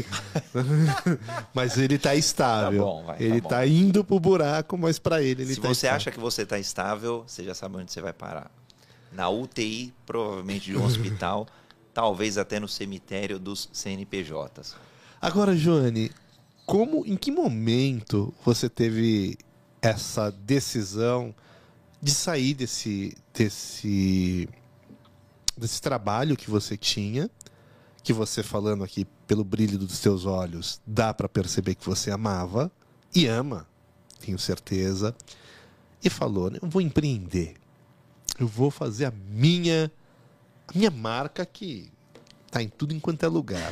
Mas ele está estável. Tá bom, vai, tá ele bom. está indo pro buraco, mas para ele ele Se tá você estável. acha que você está estável, você já sabe onde você vai parar. Na U T I, provavelmente de um hospital, talvez até no cemitério dos C N P Js. Agora, Joane, como, em que momento você teve essa decisão de sair desse, desse, desse trabalho que você tinha, que você falando aqui pelo brilho dos seus olhos, dá para perceber que você amava e ama, tenho certeza, e falou, né, eu vou empreender, eu vou fazer a minha, a minha marca que tá em tudo enquanto é lugar.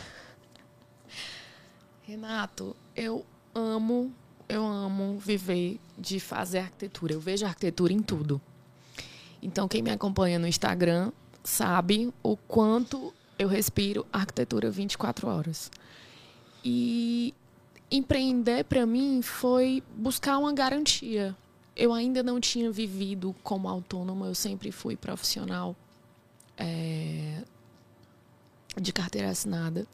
Renato, eu amo, eu amo viver de fazer arquitetura. Eu vejo arquitetura em tudo. Então, quem me acompanha no Instagram sabe o quanto eu respiro arquitetura vinte e quatro horas. E empreender, para mim, foi buscar uma garantia. Eu ainda não tinha vivido como autônoma, eu sempre fui profissional é, de carteira assinada.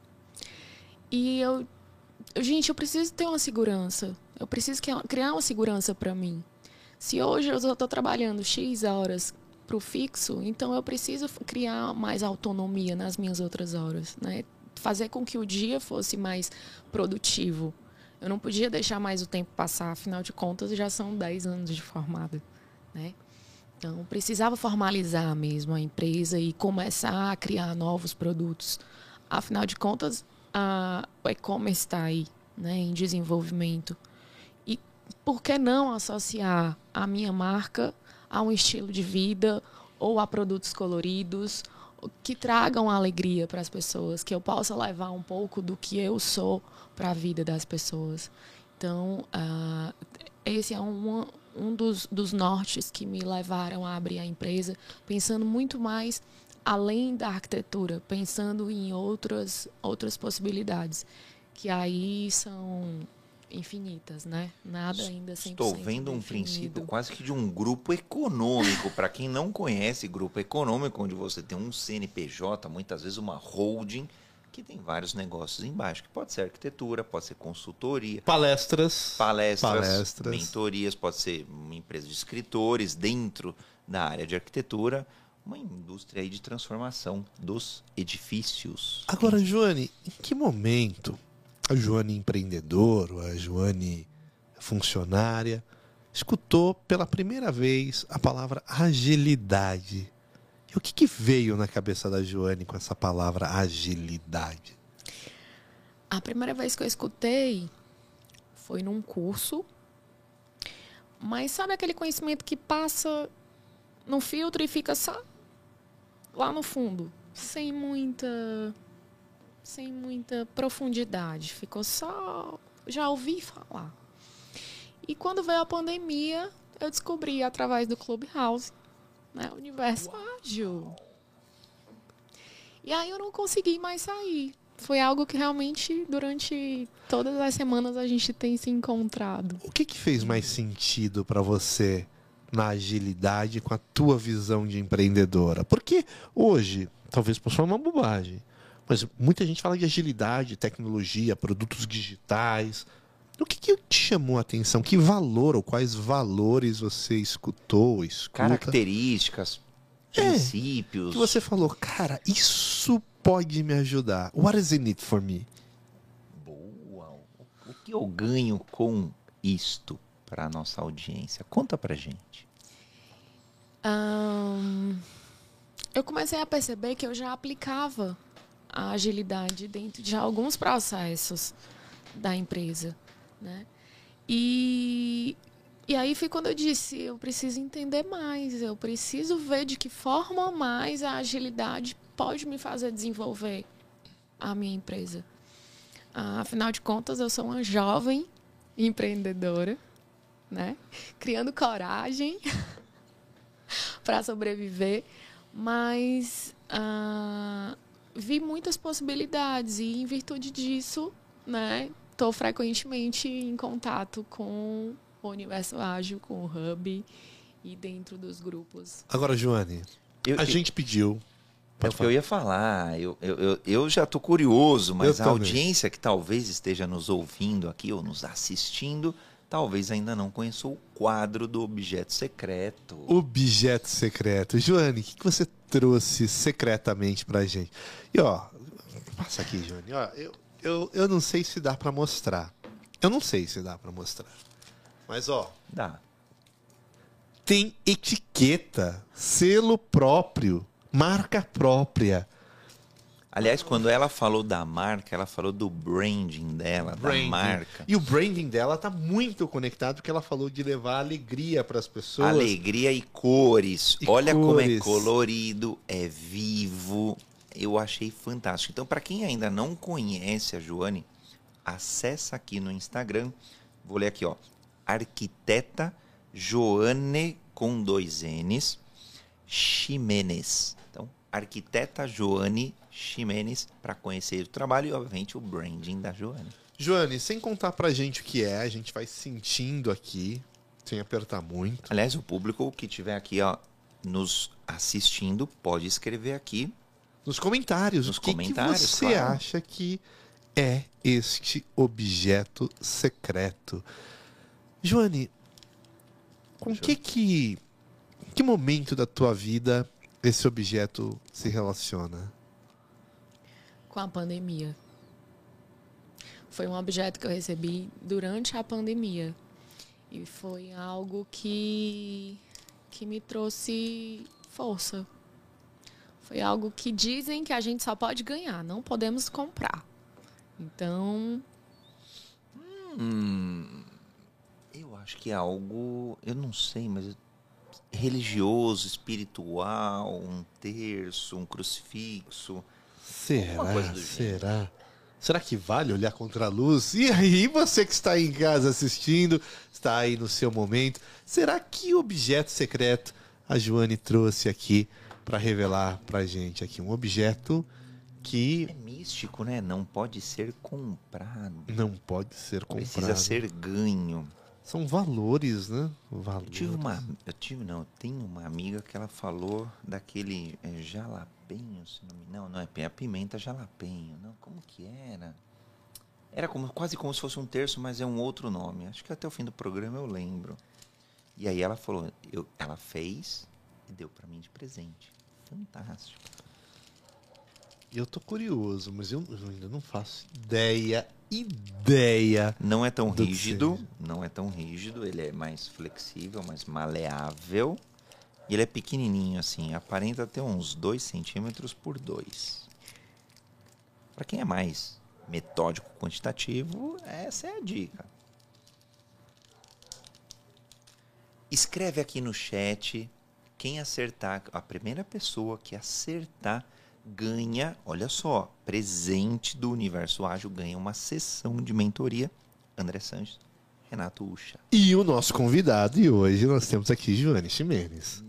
E eu Gente, eu preciso ter uma segurança. Eu preciso criar uma segurança para mim. Se hoje eu estou trabalhando X horas para o fixo, então eu preciso criar mais autonomia nas minhas outras horas, né? Fazer com que o dia fosse mais produtivo. Eu não podia deixar mais o tempo passar, afinal de contas já são dez anos de formada, né? Então, precisava formalizar mesmo a empresa e começar a criar novos produtos. Afinal de contas, a, o e-commerce está aí, né, em desenvolvimento. E por que não associar a minha marca a um estilo de vida ou a produtos coloridos que tragam alegria para as pessoas, que eu possa levar um pouco do que eu sou para a vida das pessoas. Então, uh, esse é um, um dos, dos nortes que me levaram a abrir a empresa, pensando muito mais além da arquitetura, pensando em outras, outras possibilidades, que aí são infinitas, né? Nada ainda cem por cento Estou vendo um definido. princípio quase que de um grupo econômico. Para quem não conhece grupo econômico, onde você tem um C N P J, muitas vezes uma holding, que tem vários negócios embaixo, que pode ser arquitetura, pode ser consultoria, Palestras. palestras, Palestras. mentorias, pode ser uma empresa de escritores dentro da área de arquitetura, uma indústria aí de transformação dos edifícios. Agora, Joane, em que momento a Joane empreendedora, ou a Joane funcionária, escutou pela primeira vez a palavra agilidade? E o que, que veio na cabeça da Joane com essa palavra agilidade? A primeira vez que eu escutei foi num curso Mas sabe aquele conhecimento que passa no filtro e fica só lá no fundo, sem muita, sem muita profundidade. Ficou só... Já ouvi falar. E quando veio a pandemia, eu descobri através do Clubhouse, né, o Universo Ágil. E aí eu não consegui mais sair. Foi algo que realmente, durante todas as semanas, a gente tem se encontrado. O que, que fez mais sentido para você na agilidade com a tua visão de empreendedora? Porque hoje, talvez possa uma bobagem, mas muita gente fala de agilidade, tecnologia, produtos digitais. O que, que te chamou a atenção? Que valor ou quais valores você escutou, escuta? Características, É, princípios. que você falou, cara, isso pode me ajudar. What is in it for me? Boa. O que eu ganho com isto para a nossa audiência? Conta pra gente. Ahn, eu comecei a perceber que eu já aplicava a agilidade dentro de alguns processos da empresa, né? E, e aí foi quando eu disse, eu preciso entender mais, eu preciso ver de que forma mais a agilidade pode me fazer desenvolver a minha empresa. Ah, afinal de contas, eu sou uma jovem empreendedora, né? Criando coragem para sobreviver, mas ah, vi muitas possibilidades e, em virtude disso, né, estou frequentemente em contato com o Universo Ágil, com o Hub e dentro dos grupos. Agora, Joane, Eu, a eu, gente pediu. é o que eu ia falar. Eu, eu, eu, eu já tô curioso, mas Eu a também. audiência que talvez esteja nos ouvindo aqui ou nos assistindo, talvez ainda não conheçou o quadro do Objeto Secreto. Objeto secreto. Joane, o que que você trouxe secretamente pra gente? E ó, passa aqui, Joane. Ó, eu, eu, eu não sei se dá pra mostrar. Eu não sei se dá pra mostrar. Mas ó, Dá. tem etiqueta, selo próprio, marca própria. Aliás, quando ela falou da marca, ela falou do branding dela, Branding. da marca. E o branding dela tá muito conectado, porque ela falou de levar alegria para as pessoas. Alegria e cores. E Olha como cores. é colorido, é vivo. Eu achei fantástico. Então, para quem ainda não conhece a Joane, acessa aqui no Instagram. Vou ler aqui, ó. Arquiteta Joane com dois N's Ximenes. Então, Arquiteta Joane Ximenes, para conhecer o trabalho e, obviamente, o branding da Joane. Joane, sem contar pra gente o que é, a gente vai sentindo aqui, sem apertar muito. Aliás, o público que estiver aqui, ó, nos assistindo pode escrever aqui. Nos comentários, Nos o que, comentários, que você claro. acha que é este objeto secreto? Joane, com Deixa que eu- que... em que momento da tua vida esse objeto se relaciona? Com a pandemia. Foi um objeto que eu recebi durante a pandemia. E foi algo que, que me trouxe força. Foi algo que dizem que a gente só pode ganhar, não podemos comprar. Então, Hum, eu acho que é algo, eu não sei, mas religioso, espiritual, um terço, um crucifixo. Será? Alguma coisa do Será? Será que vale olhar contra a luz? E aí, você que está aí em casa assistindo, está aí no seu momento, será que objeto secreto a Joane trouxe aqui para revelar pra gente aqui? Um objeto que É místico, né? Não pode ser comprado. não pode ser comprado. Precisa ser ganho. São valores, né? Eu Valores. tive uma, eu tive não, eu tenho uma amiga que ela falou daquele é, jalapeño, se não me não, não é é a pimenta jalapeño, não, como que era? Era como, quase como se fosse um terço, mas é um outro nome. Acho que até o fim do programa eu lembro. E aí ela falou, eu, ela fez e deu pra mim de presente. Fantástico. E eu tô curioso, mas eu, eu ainda não faço ideia, ideia. Não é tão Do que rígido, seja. não é tão rígido, ele é mais flexível, mais maleável. E ele é pequenininho assim, aparenta ter uns dois centímetros por dois. Para quem é mais metódico, quantitativo, essa é a dica. Escreve aqui no chat. Quem acertar, a primeira pessoa que acertar ganha, olha só, presente do Universo Ágil, ganha uma sessão de mentoria. André Sanches, Renato Ucha. E o nosso convidado, e hoje nós temos aqui Joane Ximenes.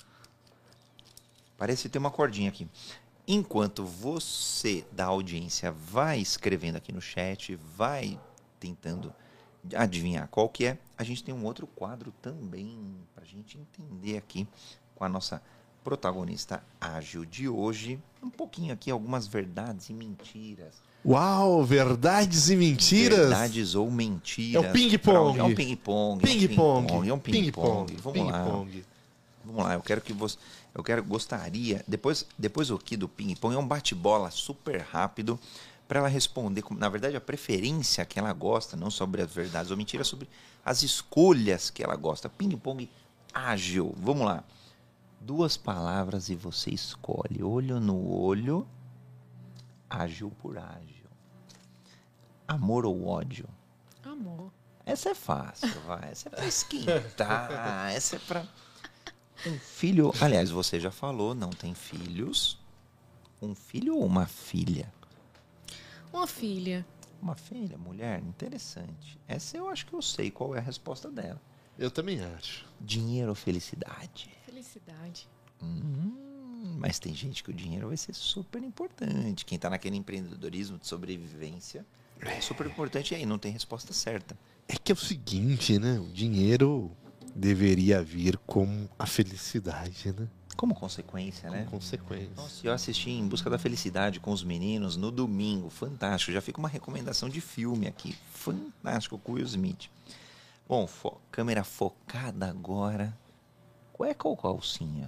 Parece ter uma cordinha aqui. Enquanto você da audiência vai escrevendo aqui no chat, vai tentando adivinhar qual que é, a gente tem um outro quadro também para a gente entender aqui com a nossa protagonista ágil de hoje. Um pouquinho aqui, algumas verdades e mentiras. Uau, verdades e mentiras? Verdades ou mentiras. É o ping-pong. É um ping-pong. Ping-pong. É um ping-pong. Ping-pong. Vamos lá. Ping-pong. Vamos lá, eu quero que você... Eu quero, gostaria... Depois, depois aqui do ping-pong é um bate-bola super rápido para ela responder, na verdade, a preferência que ela gosta, não sobre as verdades ou mentiras, sobre as escolhas que ela gosta. Ping-pong ágil. Vamos lá. Duas palavras e você escolhe. Olho no olho. Ágil por ágil. Amor ou ódio? Amor. Essa é fácil, vai. Essa é pra esquentar. Essa é pra... Um filho... Aliás, você já falou, não tem filhos. Um filho ou uma filha? Uma filha. Uma filha, mulher, interessante. Essa eu acho que eu sei qual é a resposta dela. Eu também acho. Dinheiro ou felicidade? Felicidade. Hum, mas tem gente que o dinheiro vai ser super importante. Quem está naquele empreendedorismo de sobrevivência é super importante e aí não tem resposta certa. É que é o seguinte, né? O dinheiro deveria vir com a felicidade, né? Como consequência, Com né? consequência. Nossa, eu assisti Em Busca da Felicidade com os meninos no domingo. Fantástico. Já fica uma recomendação de filme aqui. Fantástico, com o Will Smith. Bom, fo- câmera focada agora. Cueca ou calcinha?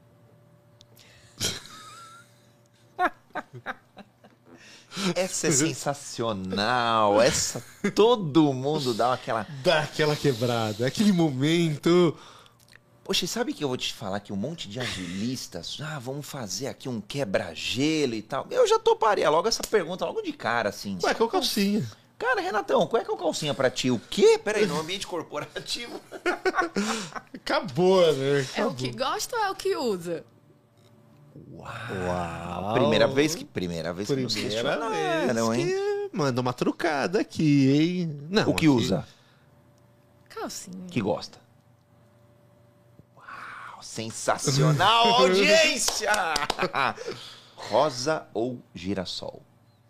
Essa é sensacional. Essa todo mundo dá aquela... Dá aquela quebrada, aquele momento. Poxa, sabe que eu vou te falar que um monte de agilistas, ah, vamos fazer aqui um quebra-gelo e tal. Eu já toparia logo essa pergunta, logo de cara, assim. Ué, qual calcinha? Cara, Renatão, qual é que é o calcinha pra ti? O quê? Peraí, no ambiente corporativo. Acabou, né? É o que gosta ou é o que usa? Uau. Primeira vez que, primeira vez que nos Primeira questionaram, vez hein? que manda uma trucada aqui, hein? Não, O que aqui- usa? Calcinha. Que gosta? Uau, sensacional audiência! Rosa ou girassol?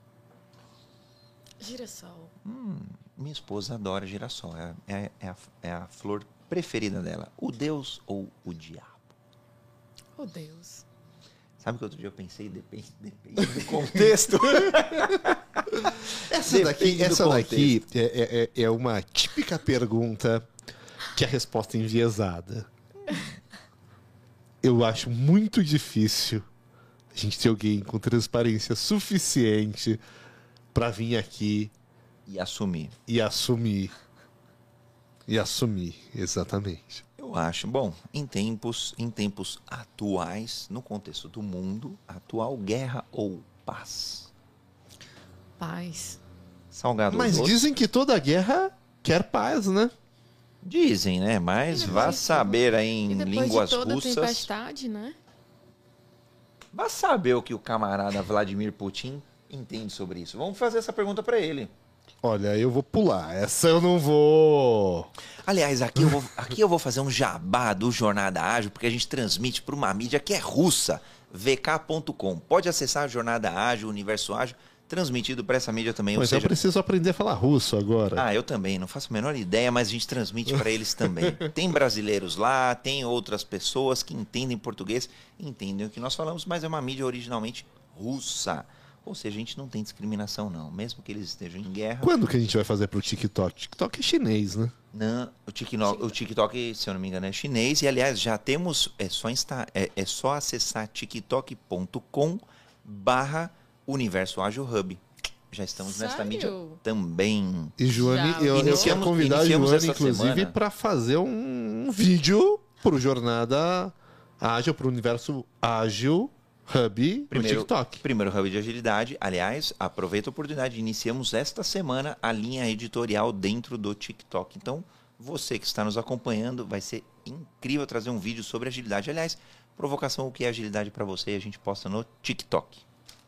Girassol. Hum, minha esposa adora girassol. É, é, é, a, é a flor preferida dela. O Deus ou o diabo? Oh, Deus. Sabe que outro dia eu pensei, depende, depende do contexto. Essa daqui, Depende do essa daqui é, é- é- é uma típica pergunta que a resposta é enviesada. Eu acho muito difícil a gente ter alguém com transparência suficiente para vir aqui E assumir. e assumir. E assumir, exatamente. Eu acho, bom, em tempos, em tempos atuais, no contexto do mundo, atual, guerra ou paz? Paz. Salgado Mas ou doce? dizem que toda guerra quer paz, né? Dizem, né? Mas E vá depois- saber aí E em depois línguas de toda russas. tempestade, né? Vá saber o que o camarada Vladimir Putin entende sobre isso. Vamos fazer essa pergunta para ele. Olha, eu vou pular. Essa eu não vou. Aliás, aqui eu vou, aqui eu vou fazer um jabá do Jornada Ágil, porque a gente transmite para uma mídia que é russa, v k ponto com. Pode acessar a Jornada Ágil, Universo Ágil, transmitido para essa mídia também. Ou Mas eu seja, preciso aprender a falar russo agora. ah, eu também, não faço a menor ideia, mas a gente transmite para eles também. Tem brasileiros lá, tem outras pessoas que entendem português, entendem o que nós falamos, mas é uma mídia originalmente russa. Ou seja, a gente não tem discriminação, não. Mesmo que eles estejam em guerra. Quando que a gente vai fazer pro TikTok? TikTok é chinês, né? Não, o TikTok, o TikTok, se eu não me engano, é chinês. E, aliás, já temos... É só, insta, é, é só acessar tiktok ponto com barra Universo Ágil Hub. Já estamos nesta Sério? mídia também. E Joane, Já. eu, eu quero Iniciamos- convidar a iniciamos Joane, essa inclusive, semana. para fazer um, um vídeo pro Jornada Ágil, pro Universo Ágil Hub Primeiro, no TikTok. primeiro Hub de Agilidade. Aliás, aproveita a oportunidade. Iniciamos esta semana a linha editorial dentro do TikTok. Então, você que está nos acompanhando, vai ser incrível trazer um vídeo sobre agilidade. Aliás, provocação, o que é agilidade para você, a gente posta no TikTok.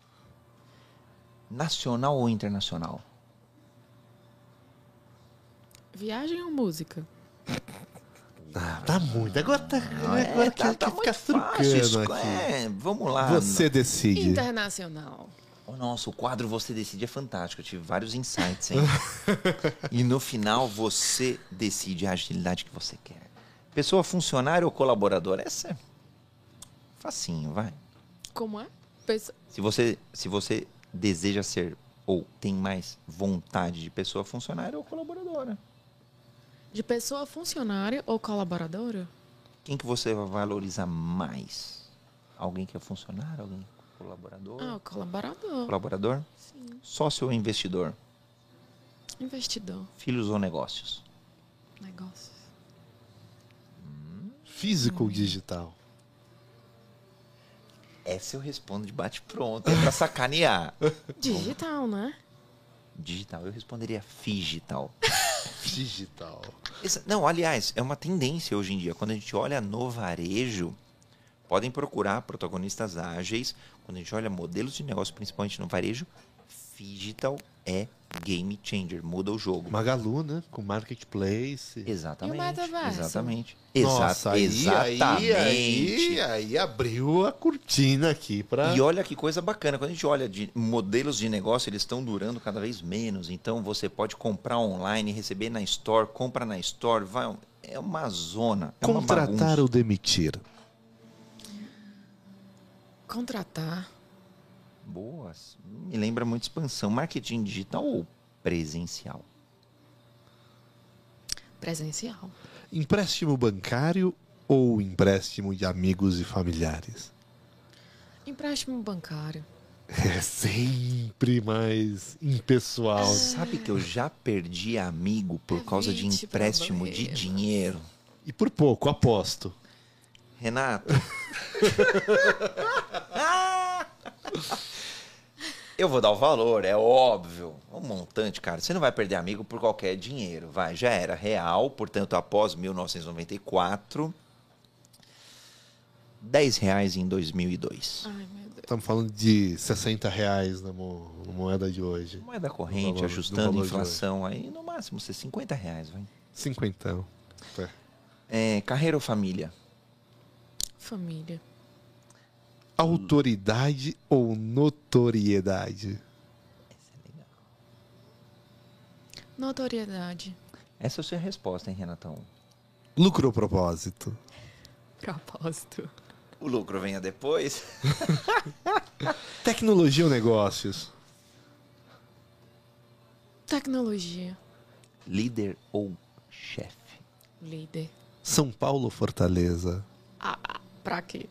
Nacional ou internacional? Viagem ou música? Ah, tá muito. Agora tá. É, Agora tá, que, tá que muito fica fácil trucando isso. aqui. É, vamos lá. Você decide. Internacional. O nosso quadro Você Decide é fantástico. Eu tive vários insights, hein? E no final, você decide a agilidade que você quer. Pessoa funcionária ou colaboradora? Essa é facinho, vai. Como é? Pesso- Se você, se você deseja ser ou tem mais vontade de pessoa funcionária ou colaboradora. De pessoa funcionária ou colaboradora? Quem que você vai valorizar mais? Alguém que é funcionário? Alguém que é colaborador? Ah, o colaborador. Colaborador? Sim. Sócio ou investidor? Investidor. Filhos ou negócios? Negócios. Físico ou digital? Essa eu respondo de bate-pronto. É pra sacanear. Digital, né? Digital. Eu responderia figital. Digital. Essa- não, aliás, é uma tendência hoje em dia. Quando a gente olha no varejo, podem procurar protagonistas ágeis. Quando a gente olha modelos de negócio, principalmente no varejo, digital é game changer, muda o jogo. Magalu, né? Com marketplace. Exatamente. E o metaverso? Exatamente. Nossa, Exa- aí, exatamente. aí, aí, aí abriu a cortina aqui pra... E olha que coisa bacana, quando a gente olha de modelos de negócio, eles estão durando cada vez menos. Então você pode comprar online, receber na store, compra na store, vai, é uma zona, é uma Contratar bagunça. ou demitir? Contratar. Boas. Me lembra muito expansão. Marketing digital ou presencial? Presencial. Empréstimo bancário ou empréstimo de amigos e familiares? Empréstimo bancário. É sempre mais impessoal. Sabe que eu já perdi amigo por causa de Evite empréstimo de problemas. dinheiro? E por pouco, aposto. Renato. Eu vou dar o valor, é óbvio. Um montante, cara. Você não vai perder amigo por qualquer dinheiro. Vai, já era real, portanto, após mil novecentos e noventa e quatro, dez reais em dois mil e dois. Ai, meu Deus. Estamos falando de sessenta reais na, mo- na moeda de hoje. Moeda corrente, No valor- no ajustando valor a de inflação, aí no máximo ser cinquenta reais, vai. Cinquentão. É. É, carreira ou família? Família. Autoridade ou notoriedade? Essa é legal. Notoriedade. Essa é a sua resposta, hein, Renatão? Lucro ou propósito? Propósito. O lucro venha depois. Tecnologia ou negócios? Tecnologia. Líder ou chefe? Líder. São Paulo ou Fortaleza? Ah, ah, pra quê?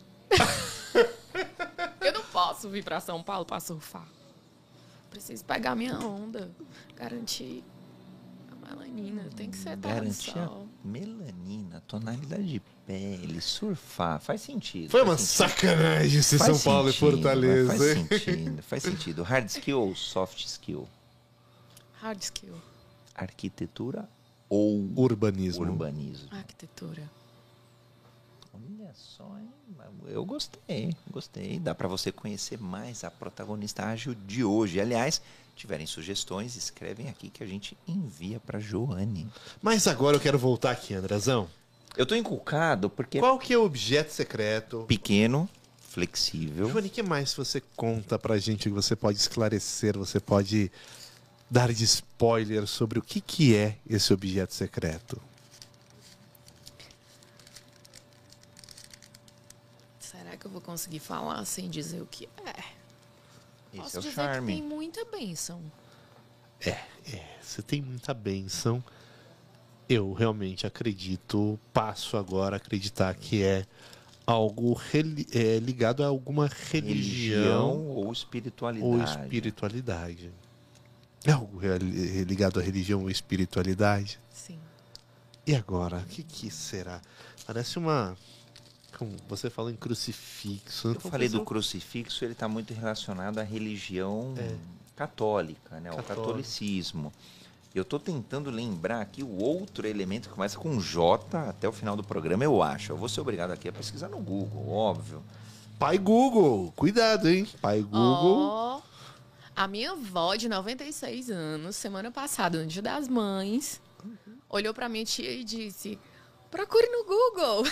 Eu não posso vir pra São Paulo pra surfar. Preciso pegar minha onda. Garantir a melanina. Tem que ser terra do Garantir a sol. melanina, tonalidade de pele, surfar. Faz sentido. Foi faz uma sentido. sacanagem esse Faz São Paulo e sentido, Fortaleza. mas Faz hein? sentido, faz sentido. Hard skill ou soft skill? Hard skill. Arquitetura ou Urbanismo. urbanismo? Arquitetura. Olha só, hein? Eu gostei, gostei. Dá para você conhecer mais a protagonista ágil de hoje. Aliás, tiverem sugestões, escrevem aqui que a gente envia para Joane. Mas agora eu quero voltar aqui, Andrezão. Eu tô encucado porque Qual que é o objeto secreto? é pequeno, flexível. Joane, o que mais você conta pra gente que você pode esclarecer, você pode dar de spoiler sobre o que, que é esse objeto secreto? Será que eu vou conseguir falar sem dizer o que é? Esse Posso é o dizer charme. que tem muita bênção. É, você tem muita bênção. Eu realmente acredito, passo agora a acreditar que é algo reli- é, ligado a alguma Religião religião ou espiritualidade. ou espiritualidade. É algo re- ligado à religião ou espiritualidade. Sim. E agora, o que, que será? Parece uma... Como você falou em crucifixo. Eu Então, falei do eu- crucifixo, ele está muito relacionado à religião É. católica, né? Ao Católica. catolicismo. Eu tô tentando lembrar aqui o outro elemento que começa com J até o final do programa, eu acho. Eu vou ser obrigado aqui a pesquisar no Google, óbvio. Pai Google, cuidado, hein? Pai Google. Oh, a minha avó de noventa e seis anos, semana passada, no Dia das Mães, olhou pra minha tia e disse: procure no Google.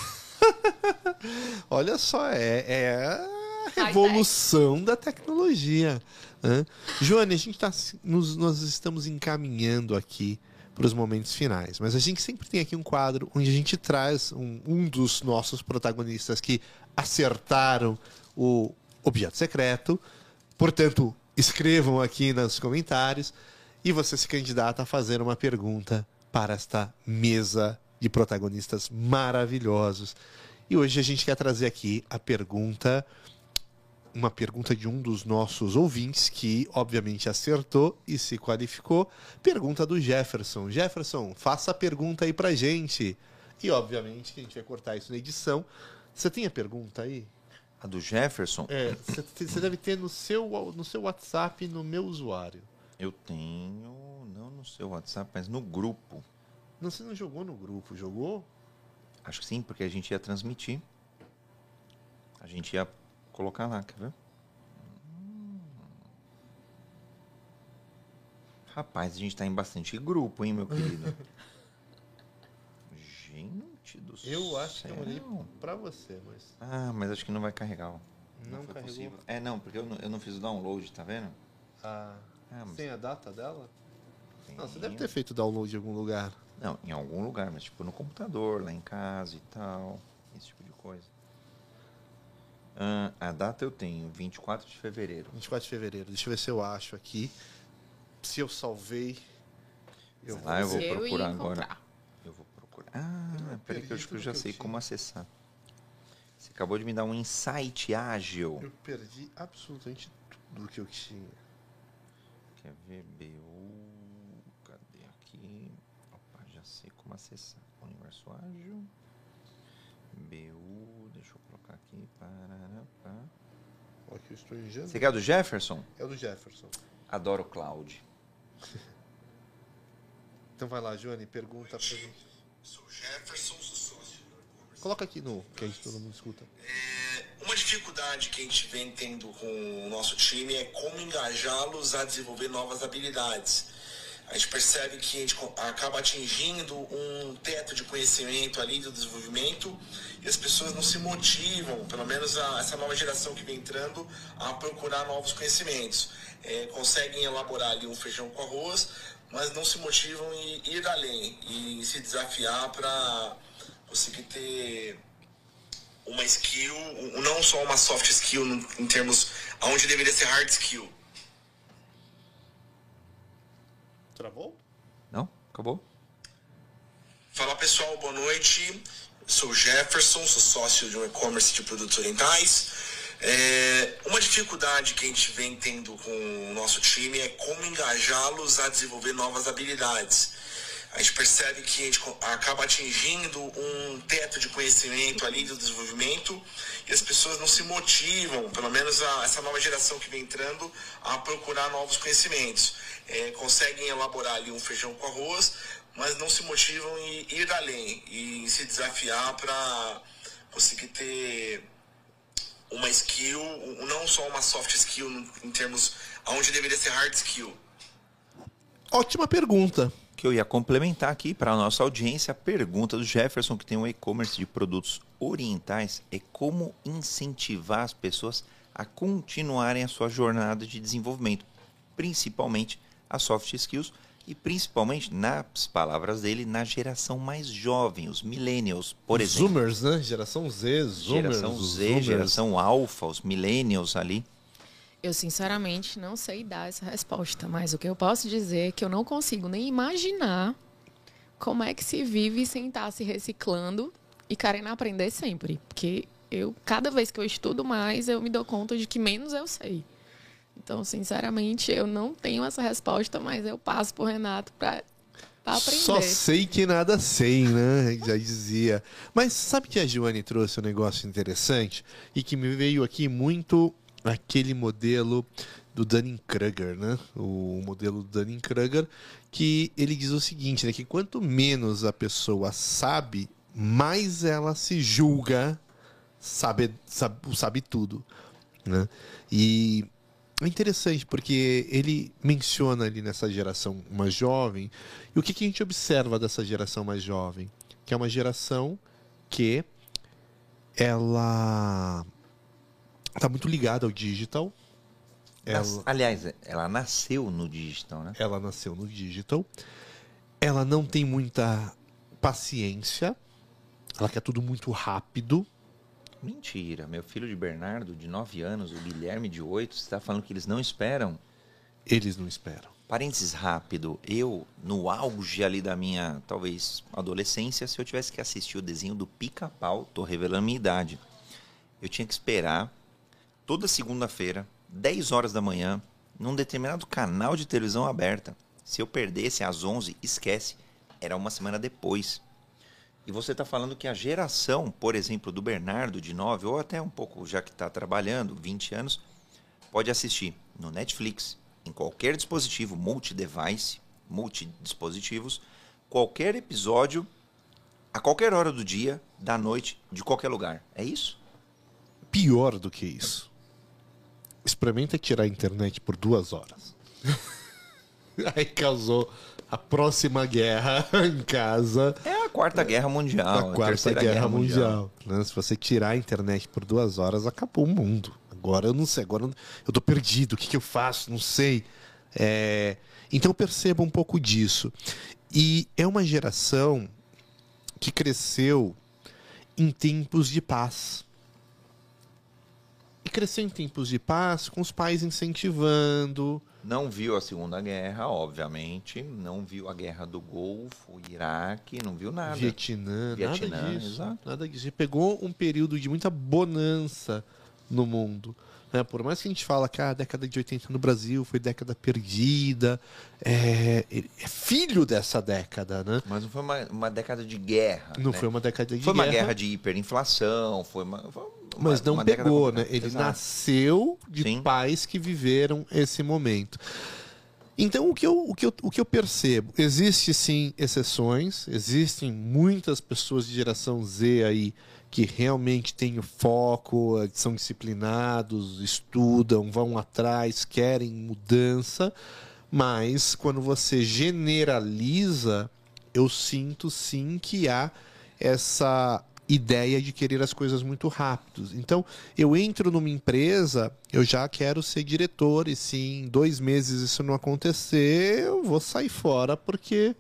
Olha só, é, é a revolução da tecnologia. Né? Joane, a gente tá, nos, nós estamos encaminhando aqui para os momentos finais, mas a gente sempre tem aqui um quadro onde a gente traz um, um dos nossos protagonistas que acertaram o objeto secreto. Portanto, escrevam aqui nos comentários e você se candidata a fazer uma pergunta para esta mesa de protagonistas maravilhosos. E hoje a gente quer trazer aqui a pergunta, uma pergunta de um dos nossos ouvintes que obviamente acertou e se qualificou. Pergunta do Jefferson. Jefferson, faça a pergunta aí pra gente. E obviamente que a gente vai cortar isso na edição. Você tem a pergunta aí? A do Jefferson? É, você deve ter no seu, no seu WhatsApp, no meu usuário. Eu tenho, não no seu WhatsApp, mas no grupo. Não, você não jogou no grupo, jogou? Acho que sim, porque a gente ia transmitir. A gente ia colocar lá, quer ver? Hum. Rapaz, a gente tá em bastante grupo, hein, meu querido? Gente do céu. Eu acho que eu mandei pra você, mas... Ah, mas acho que não vai carregar. Ó. Não, não foi carregou? possível. É, não, porque eu não, eu não fiz o download, tá vendo? Ah, Ah, mas... tem a data dela? Tem. Não, você deve ter feito download em algum lugar. Não, em algum lugar, mas tipo no computador, lá em casa e tal. Esse tipo de coisa. Ah, a data eu tenho, vinte e quatro de fevereiro. vinte e quatro de fevereiro. Deixa eu ver se eu acho aqui. Se eu salvei... Eu vou, lá, eu vou eu procurar ia agora. encontrar. Eu vou procurar. Ah, peraí que eu acho que eu tudo já que eu sei tinha. como acessar. Você acabou de me dar um insight ágil. Eu perdi absolutamente tudo que eu tinha. Quer ver? B U... Cadê aqui? Opa, já sei como acessar. Universo ágil. B U... Deixa eu colocar aqui. Parará, pá. Olha que eu estou em janeiro. Você quer do Jefferson? É o do Jefferson. Adoro cloud. Então vai lá, Joane, pergunta pra gente. Sou Jefferson, sou sócio. Coloca aqui no que a gente todo mundo escuta. É, uma dificuldade que a gente vem tendo com o nosso time é como engajá-los a desenvolver novas habilidades. A gente percebe que a gente acaba atingindo um teto de conhecimento ali do desenvolvimento e as pessoas não se motivam, pelo menos a, essa nova geração que vem entrando, a procurar novos conhecimentos. É, conseguem elaborar ali um feijão com arroz, mas não se motivam em ir além e se desafiar para conseguir ter uma skill, não só uma soft skill em termos onde deveria ser hard skill. Travou? Não? Acabou? Fala pessoal, boa noite. Sou Jefferson, sou sócio de um e-commerce de produtos orientais. É, uma dificuldade que a gente vem tendo com o nosso time é como engajá-los a desenvolver novas habilidades. A gente percebe que a gente acaba atingindo um teto de conhecimento ali do desenvolvimento e as pessoas não se motivam, pelo menos a, essa nova geração que vem entrando, a procurar novos conhecimentos. É, conseguem elaborar ali um feijão com arroz, mas não se motivam em ir além e se desafiar para conseguir ter uma skill, não só uma soft skill em termos onde deveria ser hard skill. Ótima pergunta. Que eu ia complementar aqui para a nossa audiência a pergunta do Jefferson, que tem um e-commerce de produtos orientais, é como incentivar as pessoas a continuarem a sua jornada de desenvolvimento, principalmente as soft skills e principalmente, nas palavras dele, na geração mais jovem, os millennials, por exemplo. Zoomers, né? Geração Z, Zoomers. Geração Z, Zoomers. geração Alpha, os millennials ali. Eu, sinceramente, não sei dar essa resposta, mas o que eu posso dizer é que eu não consigo nem imaginar como é que se vive sem estar se reciclando e querendo aprender sempre. Porque eu, cada vez que eu estudo mais, eu me dou conta de que menos eu sei. Então, sinceramente, eu não tenho essa resposta, mas eu passo por Renato para aprender. Só sei que nada sei, né? Já dizia. Mas sabe que a Joane trouxe um negócio interessante e que me veio aqui muito aquele modelo do Dunning-Kruger, né? O modelo do Dunning-Kruger, que ele diz o seguinte, né? Que quanto menos a pessoa sabe, mais ela se julga sabe, sabe, sabe tudo, né? E é interessante porque ele menciona ali nessa geração mais jovem, e o que, que a gente observa dessa geração mais jovem? Que é uma geração que ela está muito ligada ao digital. Ela... Aliás, ela nasceu no digital, né? Ela nasceu no digital. Ela não tem muita paciência. Ela quer tudo muito rápido. Mentira. Meu filho de Bernardo, de nove anos, o Guilherme, de oito, você está falando que eles não esperam? Eles não esperam. Parênteses rápido. Eu, no auge ali da minha, talvez, adolescência, se eu tivesse que assistir o desenho do Pica-Pau, tô revelando minha idade, eu tinha que esperar toda segunda-feira, dez horas da manhã, num determinado canal de televisão aberta. Se eu perdesse às onze, esquece. Era uma semana depois. E você está falando que a geração, por exemplo, do Bernardo, de nove, ou até um pouco já que está trabalhando, vinte anos, pode assistir no Netflix, em qualquer dispositivo, multi-device, multidispositivos, qualquer episódio, a qualquer hora do dia, da noite, de qualquer lugar. É isso? Pior do que isso. Experimenta tirar a internet por duas horas. Aí causou a próxima guerra em casa. É a quarta guerra mundial. A quarta guerra, guerra mundial. mundial. Né? Se você tirar a internet por duas horas, acabou o mundo. Agora eu não sei, agora eu tô perdido. O que, que eu faço? Não sei. É... Então perceba um pouco disso. E é uma geração que cresceu em tempos de paz. E cresceu em tempos de paz, com os pais incentivando. Não viu a Segunda Guerra, obviamente. Não viu a Guerra do Golfo, Iraque, não viu nada. Vietnã, Vietnã nada disso. Exato. Nada disso. Ele pegou um período de muita bonança no mundo. Né? Por mais que a gente fala que a década de oitenta no Brasil foi década perdida, é, é filho dessa década, né? Mas não foi uma, uma década de guerra. Não né? foi uma década de foi guerra. Foi uma guerra de hiperinflação, foi uma... Foi uma Mas não uma pegou, né? Ele Exato. nasceu de Sim. pais que viveram esse momento. Então, o que, eu, o, que eu, o que eu percebo? Existem, sim, exceções. Existem muitas pessoas de geração Z aí que realmente têm o foco, são disciplinados, estudam, vão atrás, querem mudança. Mas, quando você generaliza, eu sinto, sim, que há essa ideia de querer as coisas muito rápido. Então, eu entro numa empresa, eu já quero ser diretor, e se em dois meses isso não acontecer, eu vou sair fora, porque...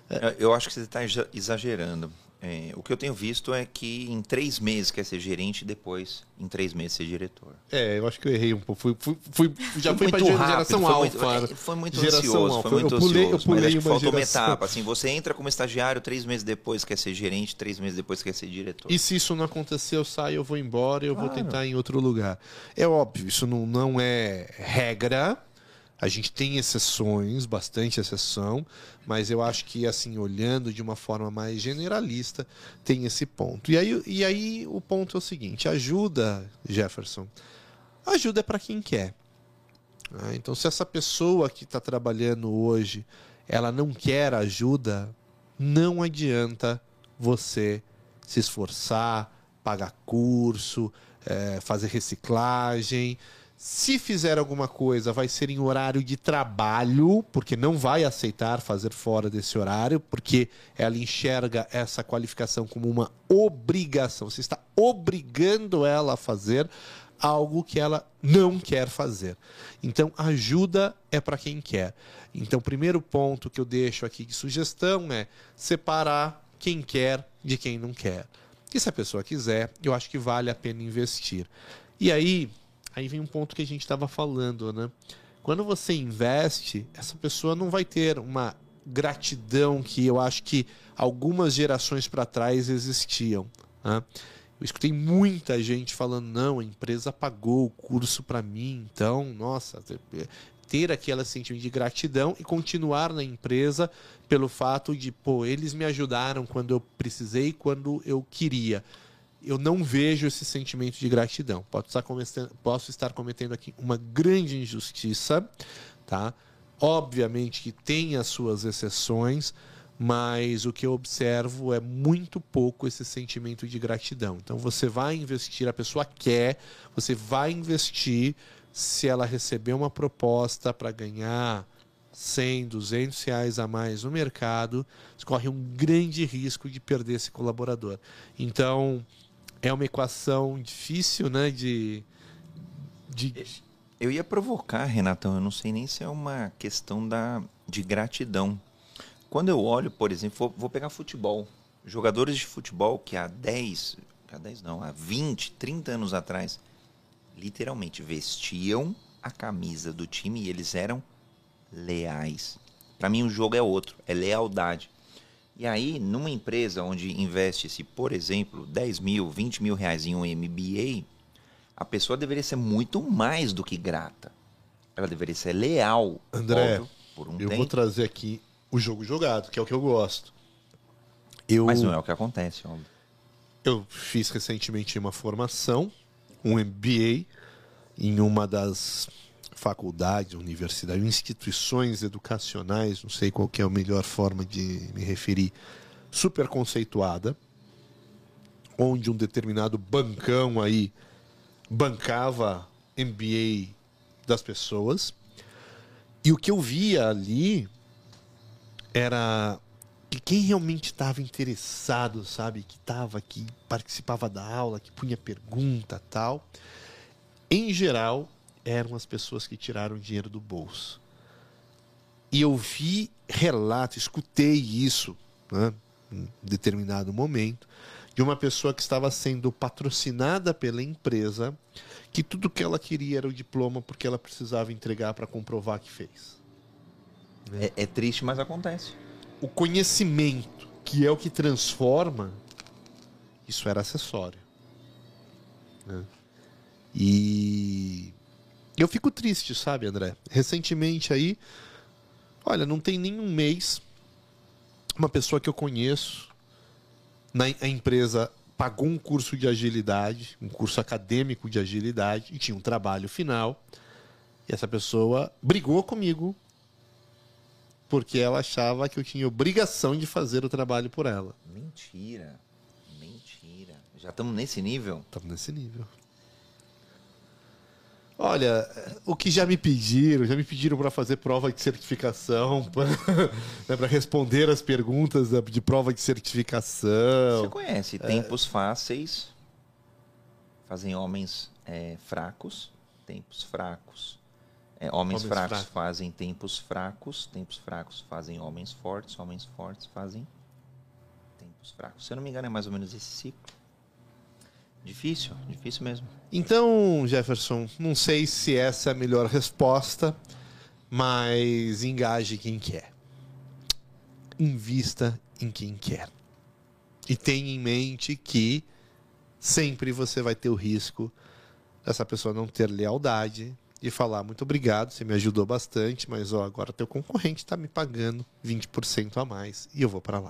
Eu acho que você está exagerando. É, o que eu tenho visto é que em três meses quer ser gerente e depois em três meses ser diretor. É, eu acho que eu errei um pouco. Fui, fui, fui, já foi fui para geração foi alfa. Muito, foi muito geração ansioso, alfa. foi muito eu pulei, ansioso. Eu pulei mas acho que uma faltou geração. uma etapa. Assim, você entra como estagiário, três meses depois quer ser gerente, três meses depois quer ser diretor. E se isso não acontecer, eu saio, eu vou embora e eu Claro. vou tentar em outro lugar. É óbvio, isso não, não é regra. A gente tem exceções, bastante exceção, mas eu acho que, assim, olhando de uma forma mais generalista, tem esse ponto. E aí, e aí o ponto é o seguinte: ajuda, Jefferson, ajuda é para quem quer. Ah, então, se essa pessoa que está trabalhando hoje, ela não quer ajuda, não adianta você se esforçar, pagar curso, é, fazer reciclagem. Se fizer alguma coisa, vai ser em horário de trabalho, porque não vai aceitar fazer fora desse horário, porque ela enxerga essa qualificação como uma obrigação. Você está obrigando ela a fazer algo que ela não quer fazer. Então, ajuda é para quem quer. Então, o primeiro ponto que eu deixo aqui de sugestão é separar quem quer de quem não quer. E se a pessoa quiser, eu acho que vale a pena investir. E aí... Aí vem um ponto que a gente estava falando, né? Quando você investe, essa pessoa não vai ter uma gratidão que eu acho que algumas gerações para trás existiam, né? Eu escutei muita gente falando, não, a empresa pagou o curso para mim, então, nossa, ter aquele sentimento de gratidão e continuar na empresa pelo fato de, pô, eles me ajudaram quando eu precisei, quando eu queria. eu não vejo esse sentimento de gratidão. Posso estar cometendo, posso estar cometendo aqui uma grande injustiça, tá? Obviamente que tem as suas exceções, mas o que eu observo é muito pouco esse sentimento de gratidão. Então você vai investir, a pessoa quer, você vai investir se ela receber uma proposta para ganhar cem, duzentos reais a mais no mercado, você corre um grande risco de perder esse colaborador. Então, é uma equação difícil, né, de... de... Eu ia provocar, Renatão, eu não sei nem se é uma questão da, de gratidão. Quando eu olho, por exemplo, vou, vou pegar futebol. Jogadores de futebol que há dez, há dez não, há vinte, trinta anos atrás, literalmente vestiam a camisa do time e eles eram leais. Para mim o jogo é outro, é lealdade. E aí, numa empresa onde investe-se, por exemplo, dez mil, vinte mil reais em um M B A, a pessoa deveria ser muito mais do que grata. Ela deveria ser leal. André, óbvio, por um eu tempo. vou trazer aqui o jogo jogado, que é o que eu gosto. Eu, Mas não é o que acontece, óbvio. Eu fiz recentemente uma formação, um M B A, em uma das faculdades, universidades, instituições educacionais, não sei qual que é a melhor forma de me referir, super conceituada, onde um determinado bancão aí bancava M B A das pessoas. E o que eu via ali era que quem realmente estava interessado, sabe, que estava, que participava da aula, que punha pergunta, tal, em geral eram as pessoas que tiraram dinheiro do bolso. E eu vi relato, escutei isso, né, em determinado momento, de uma pessoa que estava sendo patrocinada pela empresa, que tudo que ela queria era o diploma porque ela precisava entregar para comprovar que fez. É, é triste, mas acontece. O conhecimento, que é o que transforma, isso era acessório. Né? E eu fico triste, sabe, André? Recentemente aí, olha, não tem nenhum mês, uma pessoa que eu conheço, na a empresa pagou um curso de agilidade, um curso acadêmico de agilidade, e tinha um trabalho final, e essa pessoa brigou comigo porque ela achava que eu tinha obrigação de fazer o trabalho por ela. Mentira. Mentira. Já estamos nesse nível? Estamos nesse nível. Olha, o que já me pediram, já me pediram para fazer prova de certificação, para responder as perguntas de prova de certificação. Você conhece tempos é... fáceis fazem homens é, fracos, tempos fracos. É, homens, homens fracos, fracos fazem tempos fracos, tempos fracos fazem homens fortes, homens fortes fazem tempos fracos. Se eu não me engano, é mais ou menos esse ciclo. Difícil, difícil mesmo. Então, Jefferson, não sei se essa é a melhor resposta, mas engaje quem quer. Invista em quem quer. E tenha em mente que sempre você vai ter o risco dessa pessoa não ter lealdade e falar, muito obrigado, você me ajudou bastante, mas ó, agora teu concorrente está me pagando vinte por cento a mais e eu vou para lá.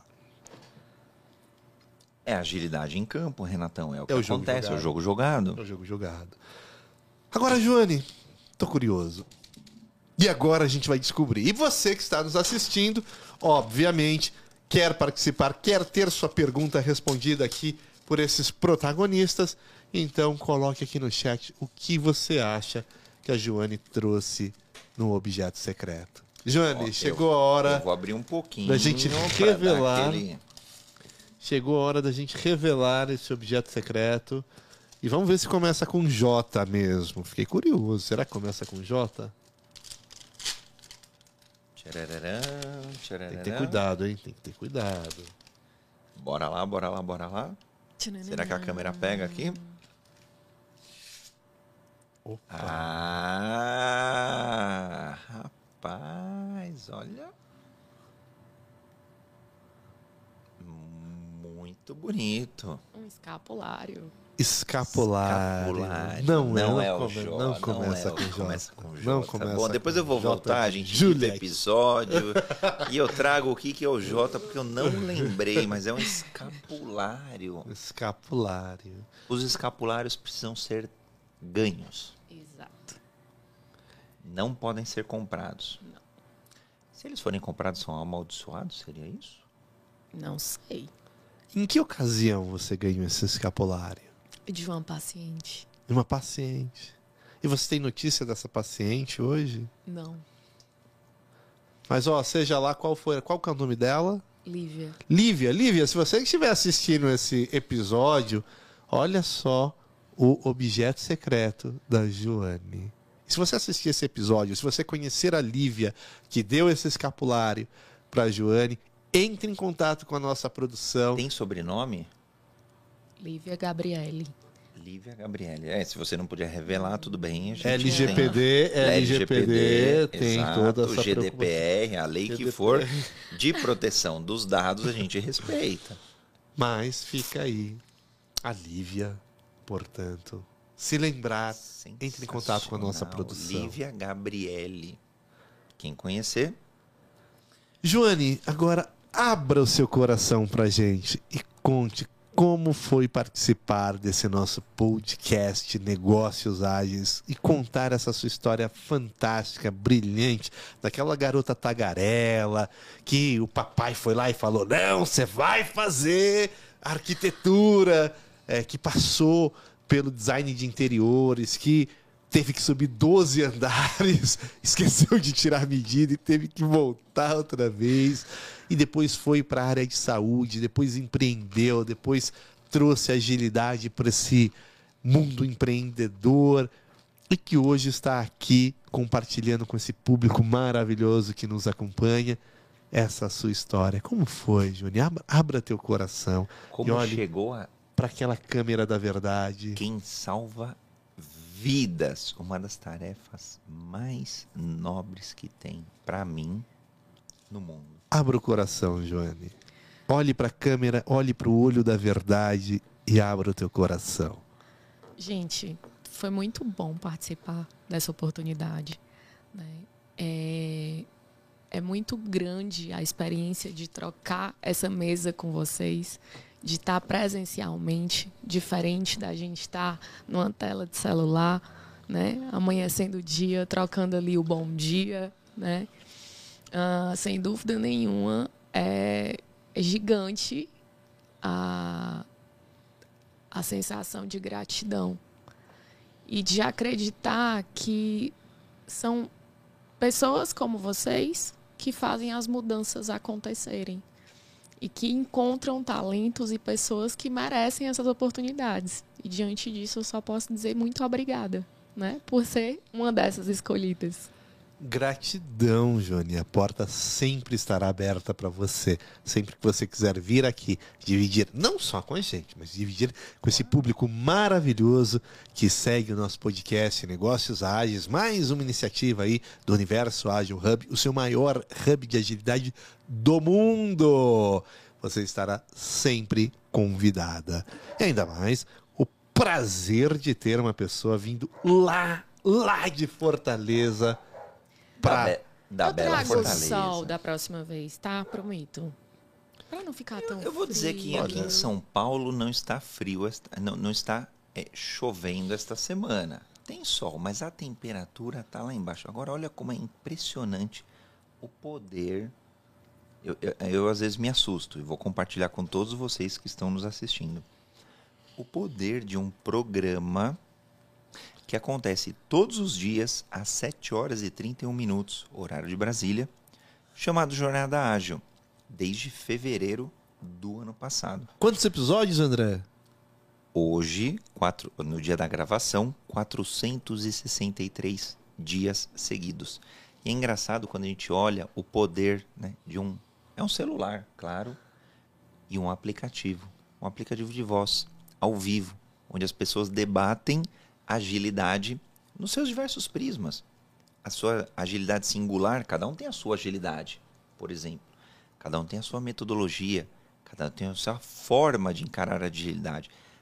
É agilidade em campo, Renatão. É o que é o acontece, é o jogo jogado. É o jogo jogado. Agora, Joane, tô curioso. E agora a gente vai descobrir. E você que está nos assistindo, obviamente, quer participar, quer ter sua pergunta respondida aqui por esses protagonistas, então coloque aqui no chat o que você acha que a Joane trouxe no objeto secreto. Joane, Ó, chegou eu, a hora... Eu vou abrir um pouquinho da gente revelar... Aquele... Chegou a hora da gente revelar esse objeto secreto. E vamos ver se começa com J mesmo. Fiquei curioso. Será que começa com J? Tchararã, tchararã. Tem que ter cuidado, hein? Tem que ter cuidado. Bora lá, bora lá, bora lá. Tchananã. Será que a câmera pega aqui? Opa. Ah, rapaz, olha. Muito bonito. Um escapulário. Escapulário. Escapulário. Não, não é, é não o come- J. não começa é o- com J. começa com J. Não começa Bom, depois eu vou com J voltar, a de gente Juliette. edita o episódio e eu trago o que que é o J, porque eu não lembrei, mas é um escapulário. Escapulário. Os escapulários precisam ser ganhos. Exato. Não podem ser comprados. Não. Se eles forem comprados, são amaldiçoados? Seria isso? Não sei. Em que ocasião você ganhou esse escapulário? De uma paciente. De uma paciente. E você tem notícia dessa paciente hoje? Não. Mas, ó, seja lá qual foi, qual que é o nome dela? Lívia. Lívia, Lívia, se você estiver assistindo esse episódio, olha só o objeto secreto da Joane. E se você assistir esse episódio, se você conhecer a Lívia, que deu esse escapulário para a Joane, entre em contato com a nossa produção. Tem sobrenome? Lívia Gabriele. Lívia Gabriele. É, se você não puder revelar, tudo bem. A gente L G P D, tem. L G P D, tem exato, toda essa G D P R, a lei G D P R. que for de proteção dos dados, a gente respeita. Mas fica aí a Lívia, portanto, se lembrar, entre em contato com a nossa Sensacional. produção. Lívia Gabriele. Quem conhecer, Joane, agora abra o seu coração pra gente e conte como foi participar desse nosso podcast Negócios Ágeis e contar essa sua história fantástica, brilhante, daquela garota tagarela que o papai foi lá e falou, não, você vai fazer arquitetura, é, que passou pelo design de interiores, que teve que subir doze andares, esqueceu de tirar medida e teve que voltar outra vez. E depois foi para a área de saúde, depois empreendeu, depois trouxe agilidade para esse mundo empreendedor e que hoje está aqui compartilhando com esse público maravilhoso que nos acompanha essa sua história. Como foi, Júnior? Abra, abra teu coração como e olhe chegou a para aquela câmera da verdade. quem salva vidas, uma das tarefas mais nobres que tem para mim no mundo. Abra o coração, Joane. Olhe para a câmera, olhe para o olho da verdade e abra o teu coração. Gente, foi muito bom participar dessa oportunidade, né? É, é muito grande a experiência de trocar essa mesa com vocês, de estar presencialmente, diferente da gente estar numa tela de celular, né? Amanhecendo o dia, trocando ali o bom dia, né? Uh, sem dúvida nenhuma, é, é gigante a, a sensação de gratidão e de acreditar que são pessoas como vocês que fazem as mudanças acontecerem e que encontram talentos e pessoas que merecem essas oportunidades. E diante disso, eu só posso dizer muito obrigada, né, por ser uma dessas escolhidas. Gratidão, Joane. A porta sempre estará aberta para você. Sempre que você quiser vir aqui, dividir, não só com a gente, mas dividir com esse público maravilhoso que segue o nosso podcast Negócios Ágeis, mais uma iniciativa aí do Universo Ágil Hub, o seu maior hub de agilidade do mundo. Você estará sempre convidada. E ainda mais, o prazer de ter uma pessoa vindo lá, lá de Fortaleza, Da, be da eu Bela trago o Fortaleza. sol da próxima vez, tá? Prometo. Pra não ficar tão Eu vou dizer que frio. aqui em São Paulo não está frio, esta- não, não está é, chovendo esta semana. Tem sol, mas a temperatura está lá embaixo. Agora, olha como é impressionante o poder. Eu, eu, eu, às vezes me assusto e vou compartilhar com todos vocês que estão nos assistindo. O poder de um programa que acontece todos os dias às sete horas e trinta e um minutos, horário de Brasília, chamado Jornada Ágil, desde fevereiro do ano passado. Quantos episódios, André? Hoje, quatro, no dia da gravação, quatrocentos e sessenta e três dias seguidos. E é engraçado quando a gente olha o poder, né, de um... É um celular, claro, e um aplicativo. Um aplicativo de voz, ao vivo, onde as pessoas debatem agilidade nos seus diversos prismas. A sua agilidade singular, cada um tem a sua agilidade, por exemplo. Cada um tem a sua metodologia, cada um tem a sua forma de encarar a agilidade.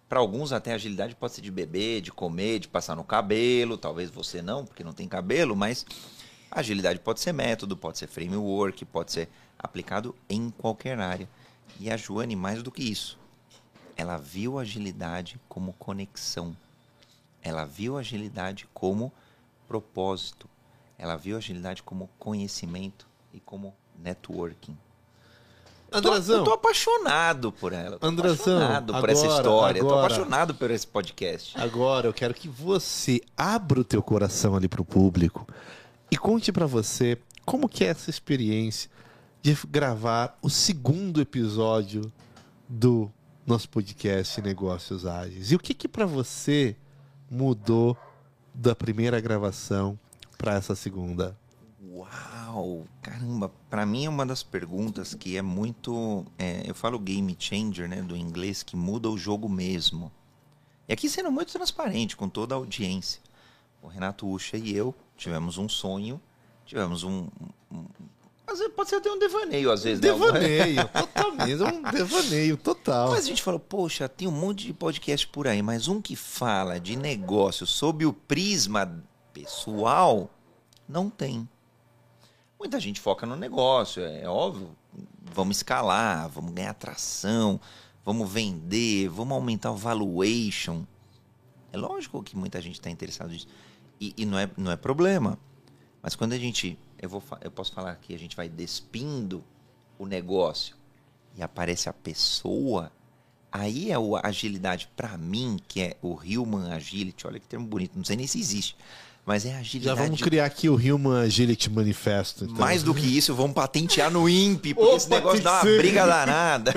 Para alguns, até agilidade pode ser de beber, de comer, de passar no cabelo. Talvez você não, porque não tem cabelo, mas agilidade pode ser método, pode ser framework, pode ser aplicado em qualquer área. E a Joane, mais do que isso, ela viu a agilidade como conexão. Ela viu a agilidade como propósito. Ela viu a agilidade como conhecimento e como networking. Andrezão, eu tô apaixonado por ela. Tô Andrezão, apaixonado por agora, essa história. agora, eu tô apaixonado por esse podcast. Agora eu quero que você abra o teu coração ali pro público e conte pra você como que é essa experiência de gravar o segundo episódio do nosso podcast Negócios Ágeis. E o que que pra você mudou da primeira gravação para essa segunda? Uau, caramba, para mim é uma das perguntas que é muito, é, eu falo game changer, né, do inglês, que muda o jogo mesmo. E aqui sendo muito transparente com toda a audiência. O Renato Ucha e eu tivemos um sonho, tivemos um, um, um às vezes pode ser até um devaneio, às vezes, um né? Devaneio, totalmente, um devaneio total. Mas a gente falou, poxa, tem um monte de podcast por aí, mas um que fala de negócio sob o prisma pessoal, não tem. Muita gente foca no negócio, é óbvio. Vamos escalar, vamos ganhar atração, vamos vender, vamos aumentar o valuation. É lógico que muita gente está interessada nisso. E, e não, é, não é problema. Mas quando a gente... Eu, vou, eu posso falar que a gente vai despindo o negócio e aparece a pessoa, aí é a agilidade para mim, que é o Human Agility. Olha que termo bonito, não sei nem se existe. Mas é a agilidade... Já vamos criar aqui o Human Agility Manifesto. Então. Mais do que isso, vamos patentear no I N P E, porque Opa, esse negócio dá uma ser. briga danada.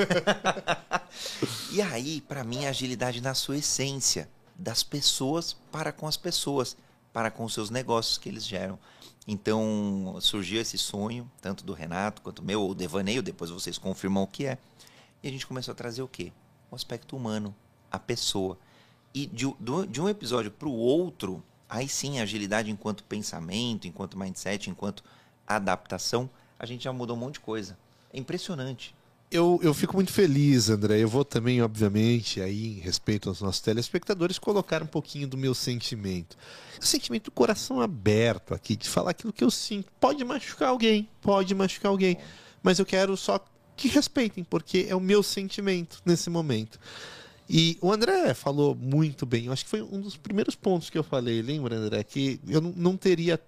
E aí, para mim, a agilidade na sua essência, das pessoas para com as pessoas, para com os seus negócios que eles geram. Então, surgiu esse sonho, tanto do Renato quanto meu, ou devaneio, depois vocês confirmam o que é. E a gente começou a trazer o quê? O aspecto humano, a pessoa. E de, de um episódio para o outro... Aí sim, a agilidade enquanto pensamento, enquanto mindset, enquanto adaptação, a gente já mudou um monte de coisa. É impressionante. Eu, eu fico muito feliz, André. Eu vou também, obviamente, aí em respeito aos nossos telespectadores, colocar um pouquinho do meu sentimento. O sentimento do coração aberto aqui, de falar aquilo que eu sinto. Pode machucar alguém, pode machucar alguém. Mas eu quero só que respeitem, porque é o meu sentimento nesse momento. E o André falou muito bem. Eu acho que foi um dos primeiros pontos que eu falei. Lembra, André? Que eu não teria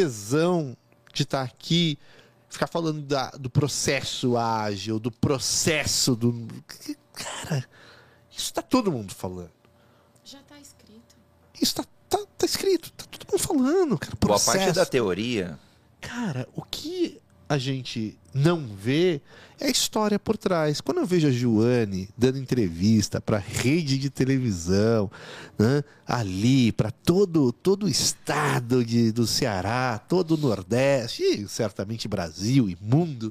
tesão de estar aqui, ficar falando da, do processo ágil, do processo do... Cara, isso está todo mundo falando. Já está escrito. Isso está tá, tá escrito. Está todo mundo falando, cara. Processo. Boa parte da teoria... Cara, o que a gente não vê é a história por trás. Quando eu vejo a Joane dando entrevista para rede de televisão, né, ali para todo, todo o estado de, do Ceará, todo o Nordeste, e certamente Brasil e mundo,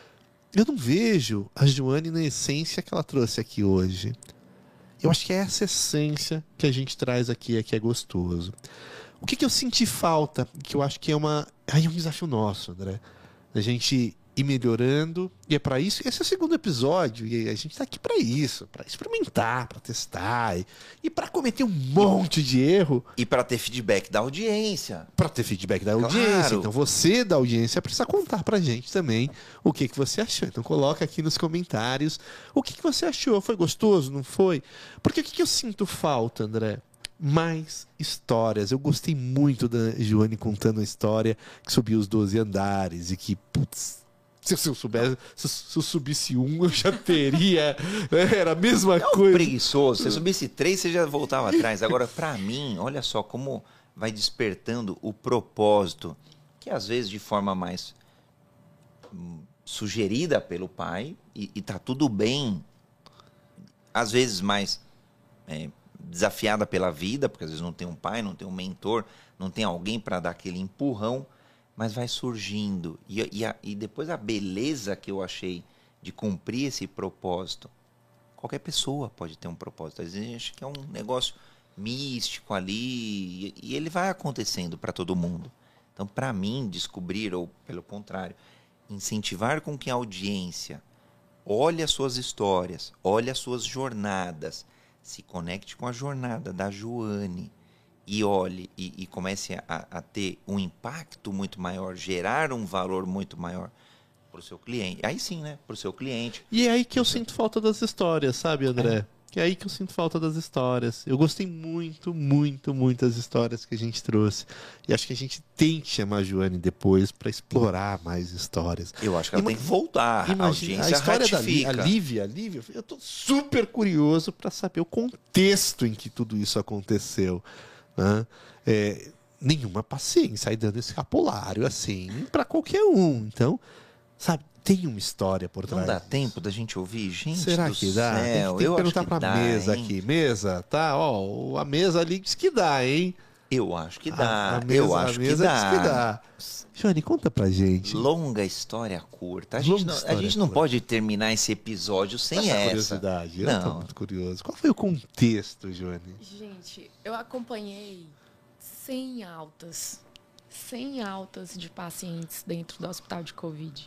eu não vejo a Joane na essência que ela trouxe aqui hoje. Eu acho que é essa essência que a gente traz aqui, é que é gostoso. O que, que eu senti falta, que eu acho que é uma... Aí é um desafio nosso, André. A gente ir melhorando, e é para isso, esse é o segundo episódio, e a gente tá aqui para isso, para experimentar, para testar, e, e para cometer um monte de erro. E para ter feedback da audiência. Para ter feedback da Claro. audiência. Então você da audiência precisa contar pra gente também o que, que você achou. Então coloca aqui nos comentários o que, que você achou. Foi gostoso? Não foi? Porque o que, que eu sinto falta, André? Mais histórias. Eu gostei muito da Joane contando a história que subiu os doze andares e que, putz, se eu soubesse, se eu, se eu subisse um, eu já teria. Era a mesma É um coisa. preguiçoso. Se você subisse três, você já voltava atrás. Agora, para mim, olha só como vai despertando o propósito, que às vezes de forma mais hum, sugerida pelo pai, e, e tá tudo bem, às vezes mais é, desafiada pela vida, porque às vezes não tem um pai, não tem um mentor, não tem alguém para dar aquele empurrão, mas vai surgindo. E, e, a, e depois a beleza que eu achei de cumprir esse propósito. Qualquer pessoa pode ter um propósito. Às vezes a gente acha que é um negócio místico ali, e, e ele vai acontecendo para todo mundo. Então, para mim, descobrir, ou pelo contrário, incentivar com que a audiência olhe as suas histórias, olhe as suas jornadas, se conecte com a jornada da Joane e olhe e, e comece a, a ter um impacto muito maior, gerar um valor muito maior para o seu cliente. Aí sim, né? Para o seu cliente. E é aí que eu sinto falta das histórias, sabe, André? É. Que é aí que eu sinto falta das histórias. Eu gostei muito, muito, muito das histórias que a gente trouxe. E acho que a gente tem que chamar a Joane depois para explorar mais histórias. Eu acho que ela Ima- tem que voltar. A Imagina, audiência a história da Li- ratifica. a Lívia, a Lívia, eu tô super curioso para saber o contexto em que tudo isso aconteceu, né? É, nenhuma paciência aí dando escapulário assim para qualquer um. Então, sabe, tem uma história por trás. Não dá disso. tempo da gente ouvir? Gente Será do que dá? céu, Tem que, tem que eu perguntar acho que pra dá, mesa hein? aqui. Mesa, tá? Ó, a mesa ali diz que dá, hein? Eu acho que A- dá. a mesa, eu a acho que mesa diz dá. que dá. Joane, conta pra gente. Longa história curta. A Longa gente não, a história gente não curta. pode terminar esse episódio sem Essa essa. curiosidade. Eu tô Não. muito curioso. Qual foi o contexto, Joane? Gente, eu acompanhei cem altas, cem altas de pacientes dentro do hospital de Covid.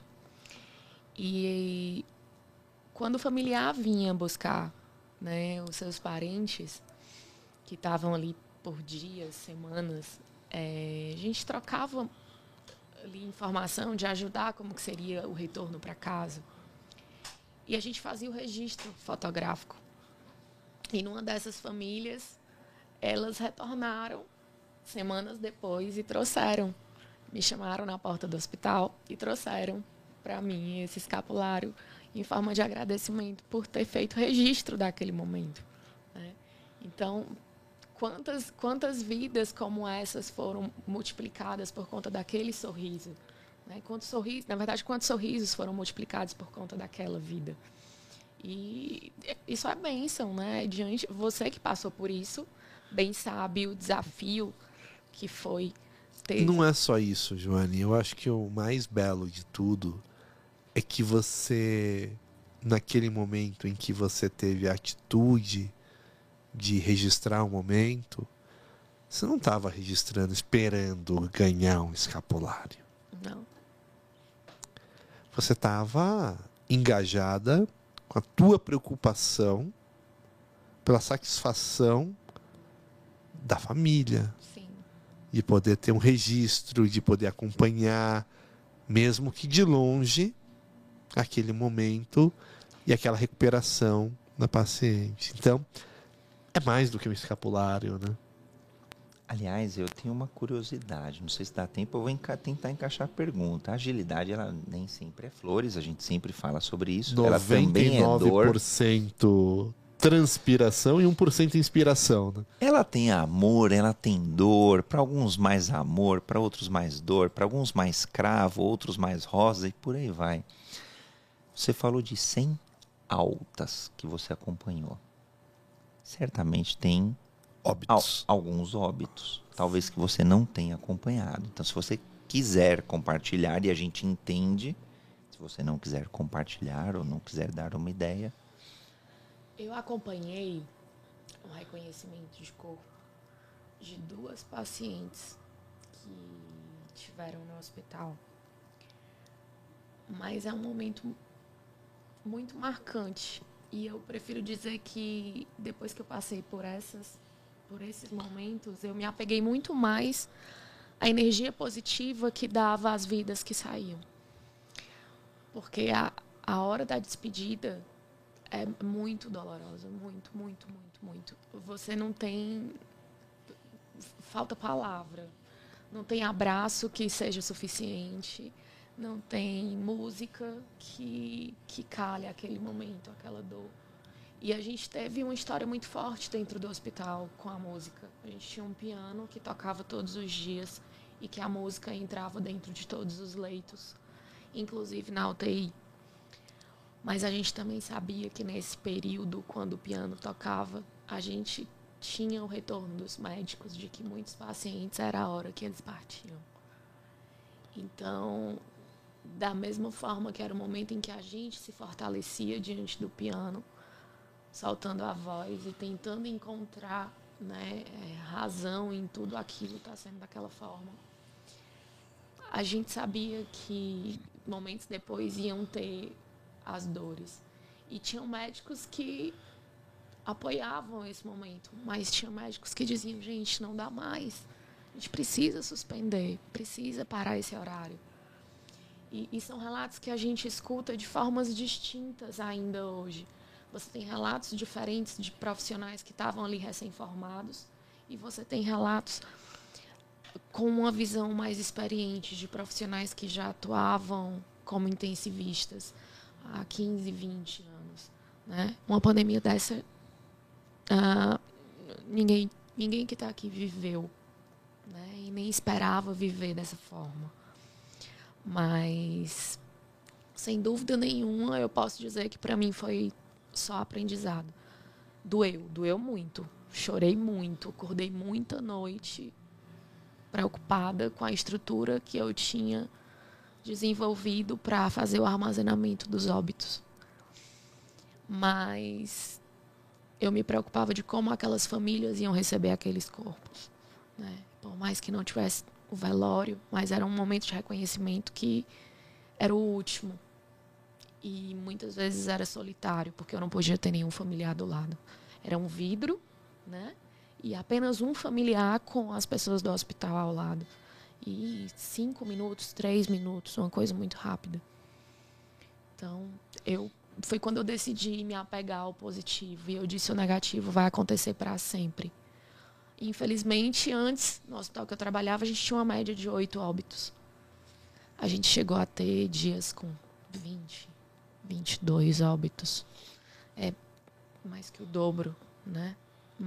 E quando o familiar vinha buscar, né, os seus parentes, que estavam ali por dias, semanas, é, a gente trocava ali informação de ajudar como que seria o retorno para casa. E a gente fazia o registro fotográfico. E numa dessas famílias, elas retornaram semanas depois e trouxeram. Me chamaram na porta do hospital e trouxeram para mim esse escapulário em forma de agradecimento por ter feito registro daquele momento, né? Então, quantas, quantas vidas como essas foram multiplicadas por conta daquele sorriso, né? Quantos sorrisos, na verdade, quantos sorrisos foram multiplicados por conta daquela vida? E isso é bênção, né? Diante, você que passou por isso, bem sabe o desafio que foi ter... Não é só isso, Joane. Eu acho que o mais belo de tudo é que você, naquele momento em que você teve a atitude de registrar o momento, você não estava registrando esperando ganhar um escapulário. Não. Você estava engajada com a tua preocupação pela satisfação da família, Sim. de poder ter um registro, de poder acompanhar, mesmo que de longe, aquele momento e aquela recuperação da paciente. Então, é mais do que um escapulário, né? Aliás, eu tenho uma curiosidade. Não sei se dá tempo, eu vou enca- tentar encaixar a pergunta. A agilidade, ela nem sempre é flores, a gente sempre fala sobre isso. Ela noventa e também é nove dor. por cento transpiração e um por cento inspiração, né? Ela tem amor, ela tem dor. Para alguns mais amor, para outros mais dor, para alguns mais cravo, outros mais rosa e por aí vai. Você falou de cem altas que você acompanhou. Certamente tem al- Óbitos. alguns óbitos, talvez que você não tenha acompanhado. Então, se você quiser compartilhar, e a gente entende, se você não quiser compartilhar ou não quiser dar uma ideia, Eu acompanhei um reconhecimento de corpo de duas pacientes que tiveram no hospital. Mas é um momento muito marcante. E eu prefiro dizer que depois que eu passei por essas, por esses momentos, eu me apeguei muito mais à energia positiva que dava às vidas que saíam. Porque a, a hora da despedida é muito dolorosa, muito, muito, muito, muito. Você não tem... Falta palavra. Não tem abraço que seja suficiente. Não tem música que, que calhe aquele momento, aquela dor. E a gente teve uma história muito forte dentro do hospital com a música. A gente tinha um piano que tocava todos os dias e que a música entrava dentro de todos os leitos, inclusive na U T I. Mas a gente também sabia que nesse período, quando o piano tocava, a gente tinha o retorno dos médicos de que muitos pacientes era a hora que eles partiam. Então, da mesma forma que era o momento em que a gente se fortalecia diante do piano, soltando a voz e tentando encontrar, né, razão em tudo aquilo está sendo daquela forma, a gente sabia que momentos depois iam ter as dores. E tinham médicos que apoiavam esse momento, mas tinha médicos que diziam, gente, não dá mais, a gente precisa suspender, precisa parar esse horário. E, e são relatos que a gente escuta de formas distintas ainda hoje. Você tem relatos diferentes de profissionais que estavam ali recém-formados e você tem relatos com uma visão mais experiente de profissionais que já atuavam como intensivistas há quinze, vinte anos. Né? Uma pandemia dessa, uh, ninguém, ninguém que está aqui viveu, né? E nem esperava viver dessa forma. Mas, sem dúvida nenhuma, eu posso dizer que para mim foi só aprendizado. Doeu, doeu muito. Chorei muito, acordei muita noite preocupada com a estrutura que eu tinha desenvolvido para fazer o armazenamento dos óbitos. Mas eu me preocupava de como aquelas famílias iam receber aqueles corpos. Né? Por mais que não tivesse o velório, mas era um momento de reconhecimento que era o último. E muitas vezes era solitário, porque eu não podia ter nenhum familiar do lado. Era um vidro, né? E apenas um familiar com as pessoas do hospital ao lado. E cinco minutos, três minutos, uma coisa muito rápida. Então, eu, foi quando eu decidi me apegar ao positivo. E eu disse, o negativo vai acontecer para sempre. Infelizmente, antes, no hospital que eu trabalhava, a gente tinha uma média de oito óbitos. A gente chegou a ter dias com vinte, vinte e dois óbitos. É mais que o dobro, né?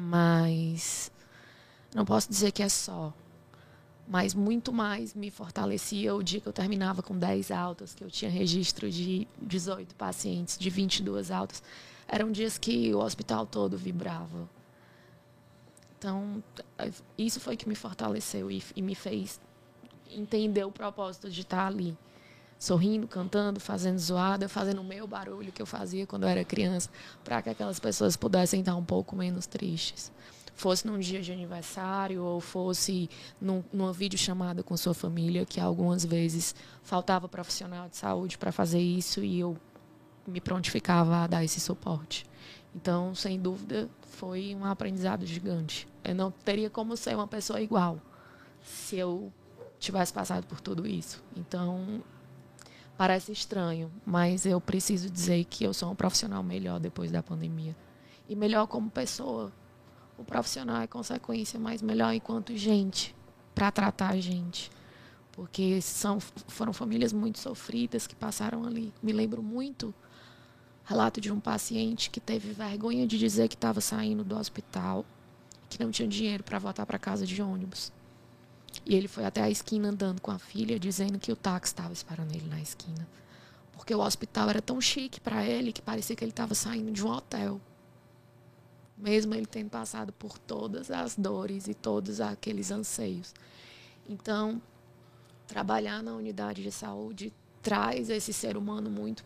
Mas não posso dizer que é só. Mas muito mais me fortalecia o dia que eu terminava com dez altas, que eu tinha registro de dezoito pacientes, de vinte e duas altas. Eram dias que o hospital todo vibrava. Então, isso foi que me fortaleceu e, e me fez entender o propósito de estar ali. Sorrindo, cantando, fazendo zoada, fazendo o meu barulho que eu fazia quando eu era criança, para que aquelas pessoas pudessem estar um pouco menos tristes. Fosse num dia de aniversário ou fosse num, numa videochamada com sua família, que algumas vezes faltava profissional de saúde para fazer isso e eu me prontificava a dar esse suporte. Então, sem dúvida, foi um aprendizado gigante. Eu não teria como ser uma pessoa igual se eu tivesse passado por tudo isso. Então, parece estranho, mas eu preciso dizer que eu sou um profissional melhor depois da pandemia. E melhor como pessoa. O profissional é consequência, mas melhor enquanto gente, para tratar a gente. Porque são, foram famílias muito sofridas que passaram ali. Me lembro muito relato de um paciente que teve vergonha de dizer que estava saindo do hospital, que não tinha dinheiro para voltar para casa de ônibus. E ele foi até a esquina andando com a filha, dizendo que o táxi estava esperando ele na esquina. Porque o hospital era tão chique para ele que parecia que ele estava saindo de um hotel. Mesmo ele tendo passado por todas as dores e todos aqueles anseios. Então, trabalhar na unidade de saúde traz esse ser humano muito,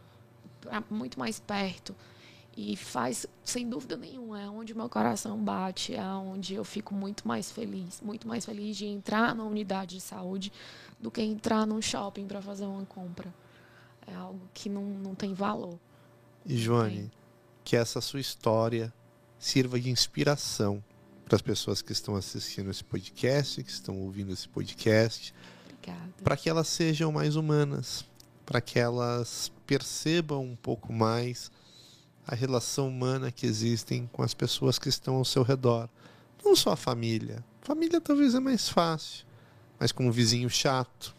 muito mais perto. E faz, sem dúvida nenhuma, é onde meu coração bate, é onde eu fico muito mais feliz. Muito mais feliz de entrar na unidade de saúde do que entrar num shopping para fazer uma compra. É algo que não, não tem valor. E, Joane, que essa sua história sirva de inspiração para as pessoas que estão assistindo esse podcast, que estão ouvindo esse podcast. Obrigada. Para que elas sejam mais humanas, para que elas percebam um pouco mais a relação humana que existem com as pessoas que estão ao seu redor. Não só a família. Família talvez é mais fácil, mas com o vizinho chato.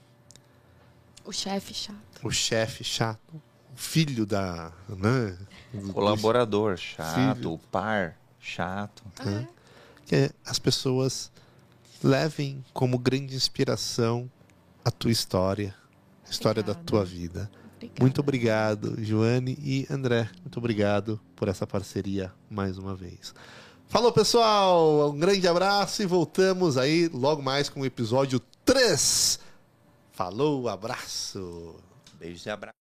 O chefe chato. O chefe chato. O filho da... Né? O colaborador chato, filho. O par chato. Né? Que as pessoas levem como grande inspiração a tua história, a história Obrigada. da tua vida. Obrigada. Muito obrigado, Joane e André. Muito obrigado por essa parceria mais uma vez. Falou, pessoal! Um grande abraço e voltamos aí logo mais com o episódio três. Falou, abraço! Beijos e abraços.